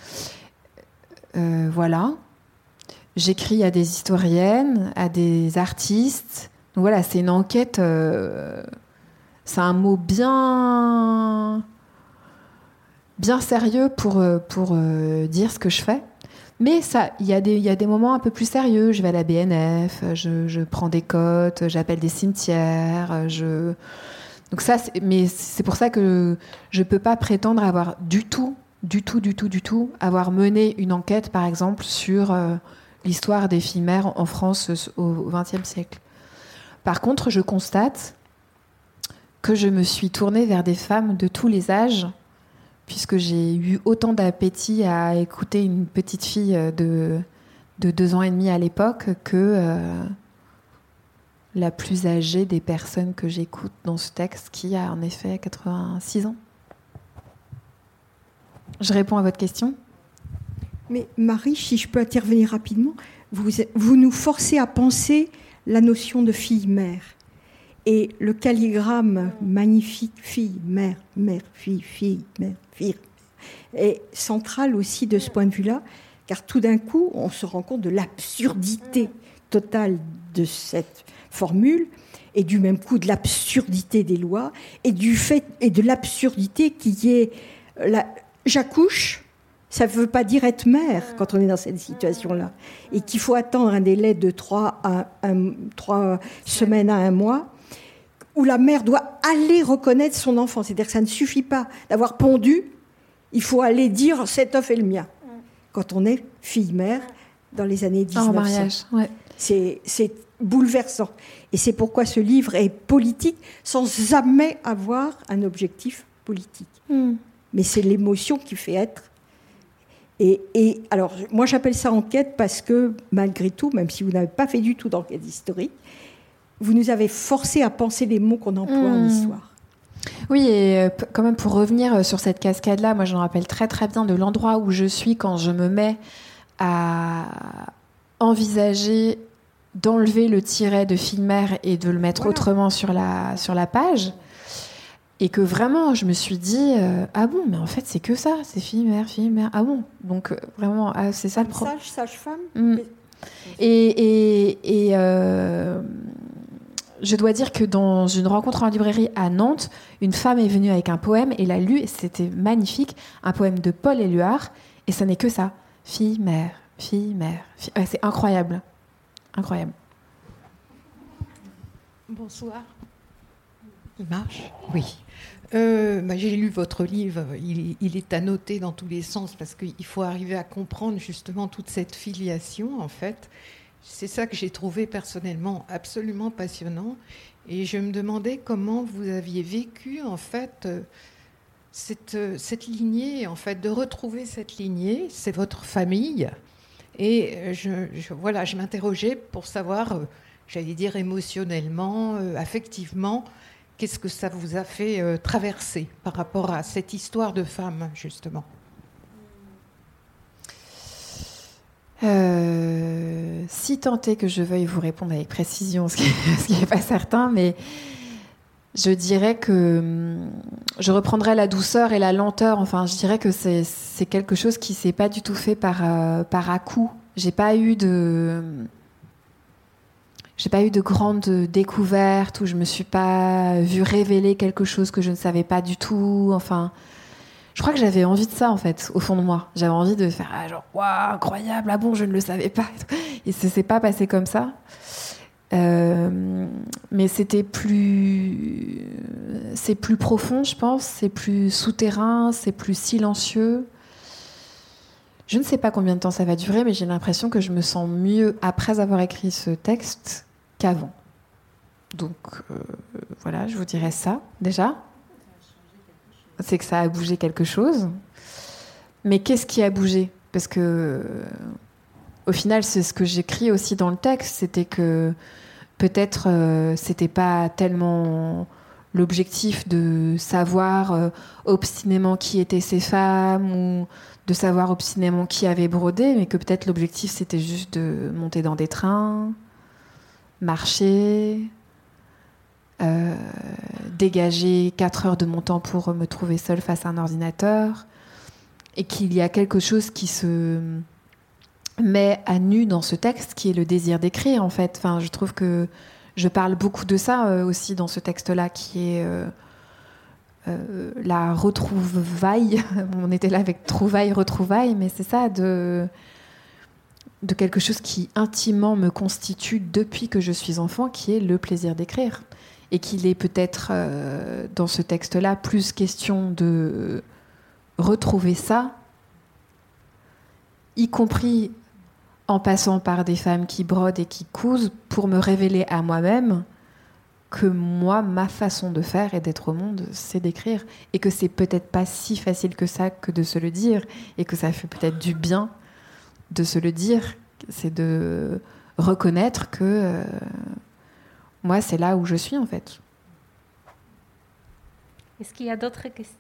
Euh, voilà. J'écris à des historiennes, à des artistes. Donc voilà, c'est une enquête. Euh, c'est un mot bien, bien sérieux pour, pour euh, dire ce que je fais. Mais ça, il y a des, il y a des moments un peu plus sérieux. Je vais à la B N F, je, je prends des cotes, j'appelle des cimetières. Je... Donc ça, c'est, mais c'est pour ça que je peux pas prétendre avoir du tout, du tout, du tout, du tout, avoir mené une enquête, par exemple, sur euh, l'histoire des filles mères en France au vingtième siècle. Par contre, je constate que je me suis tournée vers des femmes de tous les âges, puisque j'ai eu autant d'appétit à écouter une petite fille de, de deux ans et demi à l'époque que euh, la plus âgée des personnes que j'écoute dans ce texte, qui a en effet quatre-vingt-six ans. Je réponds à votre question. Mais Marie, si je peux intervenir rapidement, vous, vous nous forcez à penser la notion de fille-mère. Et le calligramme magnifique, fille, mère, mère, fille, fille, mère, fille, est central aussi de ce point de vue-là, car tout d'un coup, on se rend compte de l'absurdité totale de cette formule, et du même coup de l'absurdité des lois, et, du fait, et de l'absurdité qui est... La, j'accouche, ça ne veut pas dire être mère quand on est dans cette situation-là. Et qu'il faut attendre un délai de trois, à un, trois semaines à un mois, où la mère doit aller reconnaître son enfant. C'est-à-dire que ça ne suffit pas d'avoir pondu, il faut aller dire « cet œuf est le mien ». Quand on est fille-mère, dans les années dix-neuf cents. En mariage, ouais. C'est, c'est bouleversant. Et c'est pourquoi ce livre est politique, sans jamais avoir un objectif politique. Mm. Mais c'est l'émotion qui fait être. Et, et alors, moi, j'appelle ça enquête parce que, malgré tout, même si vous n'avez pas fait du tout d'enquête historique, vous nous avez forcé à penser les mots qu'on emploie mmh. en histoire. Oui, et quand même, pour revenir sur cette cascade-là, moi, je me rappelle très, très bien de l'endroit où je suis quand je me mets à envisager d'enlever le tiret de fille-mère et de le mettre voilà. autrement sur la, sur la page. Et que vraiment, je me suis dit, euh, ah bon, mais en fait, c'est que ça, c'est fille-mère, fille-mère, ah bon. Donc, euh, vraiment, ah, c'est ça le problème. Sage, sage-femme. Mmh. Et, et, et euh, je dois dire que dans une rencontre en librairie à Nantes, une femme est venue avec un poème et l'a lu, et c'était magnifique, un poème de Paul Éluard, et ça n'est que ça. Fille-mère, fille-mère, fille... Ouais, c'est incroyable. Incroyable. Bonsoir. Il marche ? Oui. Euh, bah, j'ai lu votre livre, il, il est annoté dans tous les sens parce qu'il faut arriver à comprendre justement toute cette filiation en fait. C'est ça que j'ai trouvé personnellement absolument passionnant et je me demandais comment vous aviez vécu en fait cette, cette lignée, en fait, de retrouver cette lignée, c'est votre famille et je, je, voilà, je m'interrogeais pour savoir, j'allais dire émotionnellement, euh, affectivement, qu'est-ce que ça vous a fait euh, traverser par rapport à cette histoire de femme, justement ? euh, Si tant est que je veuille vous répondre avec précision, ce qui n'est pas certain, mais je dirais que je reprendrais la douceur et la lenteur. Enfin, je dirais que c'est, c'est quelque chose qui s'est pas du tout fait par, euh, par à-coup. J'ai pas eu de, j'ai pas eu de grandes découvertes où je me suis pas vue révéler quelque chose que je ne savais pas du tout. Enfin, je crois que j'avais envie de ça, en fait, au fond de moi. J'avais envie de faire ah, genre waouh, incroyable, ah bon, je ne le savais pas. Et ça s'est pas passé comme ça. Euh, mais c'était plus, c'est plus profond, je pense. C'est plus souterrain, c'est plus silencieux. Je ne sais pas combien de temps ça va durer, mais j'ai l'impression que je me sens mieux après avoir écrit ce texte qu'avant. Donc euh, voilà, je vous dirais ça déjà. C'est que ça a bougé quelque chose. Mais qu'est-ce qui a bougé ? Parce que au final, c'est ce que j'écris aussi dans le texte, c'était que peut-être euh, c'était pas tellement l'objectif de savoir euh, obstinément qui étaient ces femmes ou de savoir obstinément qui avait brodé, mais que peut-être l'objectif c'était juste de monter dans des trains, marcher, euh, dégager quatre heures de mon temps pour me trouver seule face à un ordinateur, et qu'il y a quelque chose qui se met à nu dans ce texte, qui est le désir d'écrire, en fait. Enfin, je trouve que je parle beaucoup de ça euh, aussi dans ce texte-là, qui est euh, euh, la retrouvaille. On était là avec trouvaille, retrouvaille, mais c'est ça, de, de quelque chose qui intimement me constitue depuis que je suis enfant, qui est le plaisir d'écrire. Et qu'il est peut-être, euh, dans ce texte-là, plus question de retrouver ça, y compris en passant par des femmes qui brodent et qui cousent, pour me révéler à moi-même que moi, ma façon de faire et d'être au monde, c'est d'écrire. Et que c'est peut-être pas si facile que ça que de se le dire, et que ça fait peut-être du bien de se le dire. C'est de reconnaître que euh, moi, c'est là où je suis, en fait. Est-ce qu'il y a d'autres questions ?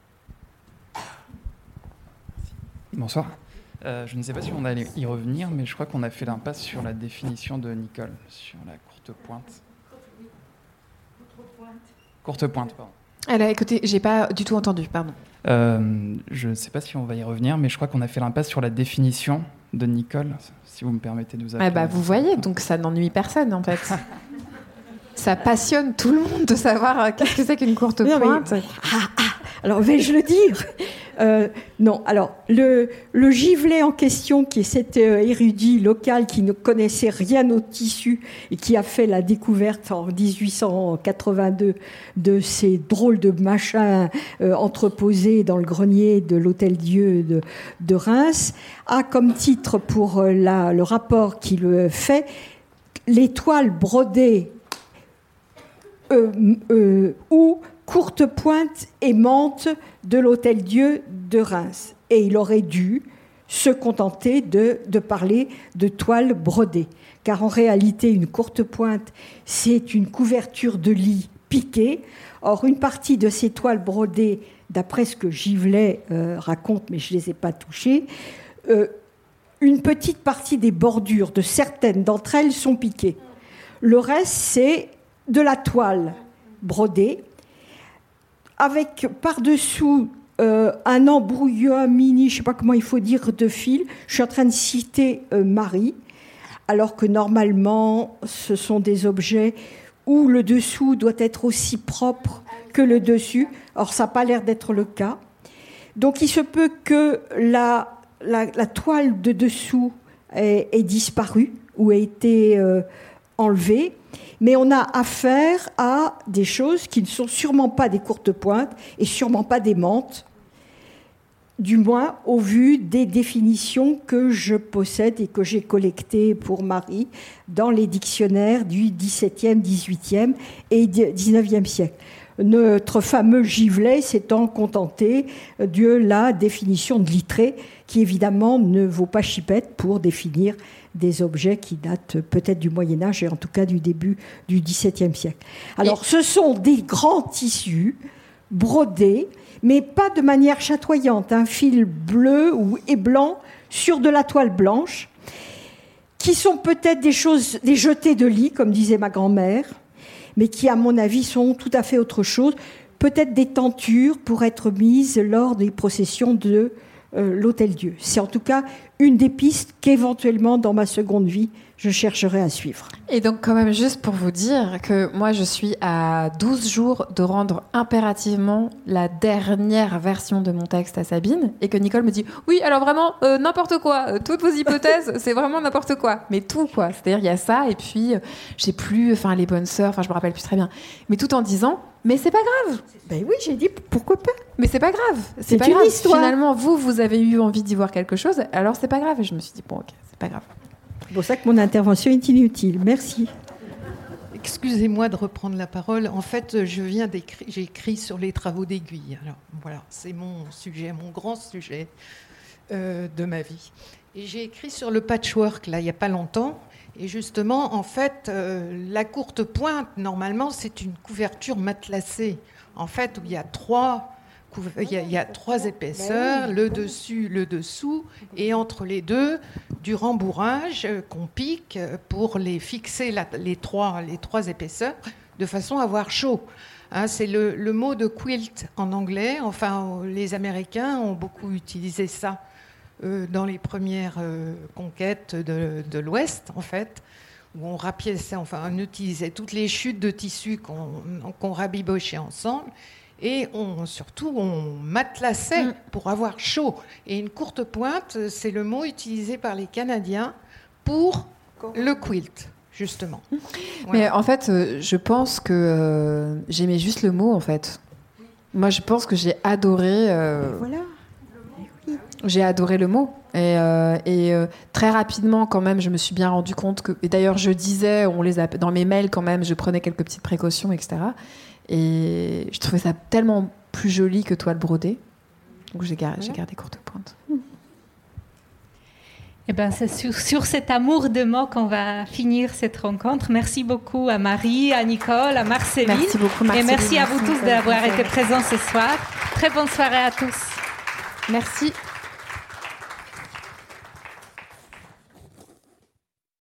Bonsoir. Euh, je ne sais pas si on allait y revenir, mais je crois qu'on a fait l'impasse sur la définition de Nicole, sur la courte pointe. Courte pointe, pardon. Alors, écoutez, j'ai pas du tout entendu, pardon. Euh, je ne sais pas si on va y revenir, mais je crois qu'on a fait l'impasse sur la définition de Nicole, si vous me permettez de vous appeler. Ah bah, vous voyez, donc ça n'ennuie personne, en fait. Ça passionne tout le monde de savoir qu'est-ce que c'est qu'une courte non, pointe. Mais... Ah, ah, alors, vais-je le dire ? Euh, non, alors le, le Givelet en question, qui est cet euh, érudit local qui ne connaissait rien au tissu et qui a fait la découverte en dix-huit cent quatre-vingt-deux de ces drôles de machins euh, entreposés dans le grenier de l'Hôtel-Dieu de, de Reims, a comme titre pour euh, la, le rapport qu'il fait « L'étoile brodée euh, euh, ou courte pointe aimante de l'Hôtel-Dieu de Reims ». Et il aurait dû se contenter de, de parler de toile brodée. Car en réalité, une courte pointe, c'est une couverture de lit piquée. Or, une partie de ces toiles brodées, d'après ce que Givelet euh, raconte, mais je ne les ai pas touchées, euh, une petite partie des bordures de certaines d'entre elles sont piquées. Le reste, c'est de la toile brodée, avec par-dessous euh, un embrouillamini, je ne sais pas comment il faut dire, de fil. Je suis en train de citer euh, Marie, alors que normalement, ce sont des objets où le dessous doit être aussi propre que le dessus. Or, ça n'a pas l'air d'être le cas. Donc, il se peut que la, la, la toile de dessous ait, ait disparu ou ait été euh, enlevée. Mais on a affaire à des choses qui ne sont sûrement pas des courtes pointes et sûrement pas des mantes, du moins au vu des définitions que je possède et que j'ai collectées pour Marie dans les dictionnaires du dix-septième, dix-huitième et dix-neuvième siècle. Notre fameux Givelet s'étant contenté de la définition de Littré, qui évidemment ne vaut pas chipette pour définir des objets qui datent peut-être du Moyen-Âge et en tout cas du début du dix-septième siècle. Alors, et... ce sont des grands tissus brodés, mais pas de manière chatoyante, un fil bleu ou, et blanc sur de la toile blanche, qui sont peut-être des choses, des jetés de lit, comme disait ma grand-mère, mais qui, à mon avis, sont tout à fait autre chose. Peut-être des tentures pour être mises lors des processions de euh, l'Hôtel-Dieu. C'est en tout cas une des pistes qu'éventuellement, dans ma seconde vie, je chercherai à suivre. Et donc, quand même, juste pour vous dire que moi, je suis à douze jours de rendre impérativement la dernière version de mon texte à Sabine, et que Nicole me dit « Oui, alors vraiment, euh, n'importe quoi, euh, toutes vos hypothèses, c'est vraiment n'importe quoi. » Mais tout, quoi. C'est-à-dire, il y a ça, et puis, euh, je sais plus, enfin, les bonnes sœurs, enfin, je me rappelle plus très bien. Mais tout en disant « Mais c'est pas grave !» Ben oui, j'ai dit « Pourquoi pas ?» Mais c'est pas grave. C'est, c'est pas une grave. histoire. Finalement, vous, vous avez eu envie d'y voir quelque chose, alors c'est pas grave. Et je me suis dit « Bon, ok, c'est pas grave. » C'est pour ça que mon intervention est inutile. Merci. Excusez-moi de reprendre la parole. En fait, je viens d'écrire, j'ai écrit sur les travaux d'Aiguille. Alors voilà, c'est mon sujet, mon grand sujet euh, de ma vie. Et j'ai écrit sur le patchwork là, il n'y a pas longtemps. Et justement, en fait, euh, la courte pointe, normalement, c'est une couverture matelassée. En fait, où il y a trois. Il y, a, il y a trois épaisseurs, le dessus, le dessous, et entre les deux, du rembourrage qu'on pique pour les fixer, la, les, trois, les trois épaisseurs, de façon à avoir chaud. Hein, c'est le, le mot de quilt en anglais. Enfin, les Américains ont beaucoup utilisé ça euh, dans les premières euh, conquêtes de, de l'Ouest, en fait, où on rapiéçait, enfin, on utilisait toutes les chutes de tissu qu'on, qu'on rabibochait ensemble. Et on, surtout, on matelassait mmh. pour avoir chaud. Et une courte pointe, c'est le mot utilisé par les Canadiens pour le quilt, justement. Mmh. Voilà. Mais en fait, euh, je pense que euh, j'aimais juste le mot, en fait. Moi, je pense que j'ai adoré... Euh, voilà. J'ai adoré le mot. Et, euh, et euh, très rapidement, quand même, je me suis bien rendu compte que... Et d'ailleurs, je disais, on les a, dans mes mails, quand même, je prenais quelques petites précautions, et cetera. Et je trouvais ça tellement plus joli que toile brodée. Donc j'ai gardé, j'ai gardé courte pointe. Eh ben, c'est sur, sur cet amour de mots qu'on va finir cette rencontre. Merci beaucoup à Marie, à Nicole, à Marceline. Merci beaucoup, Marceline. Et merci à vous merci tous d'avoir été présents ce soir. Très bonne soirée à tous. Merci.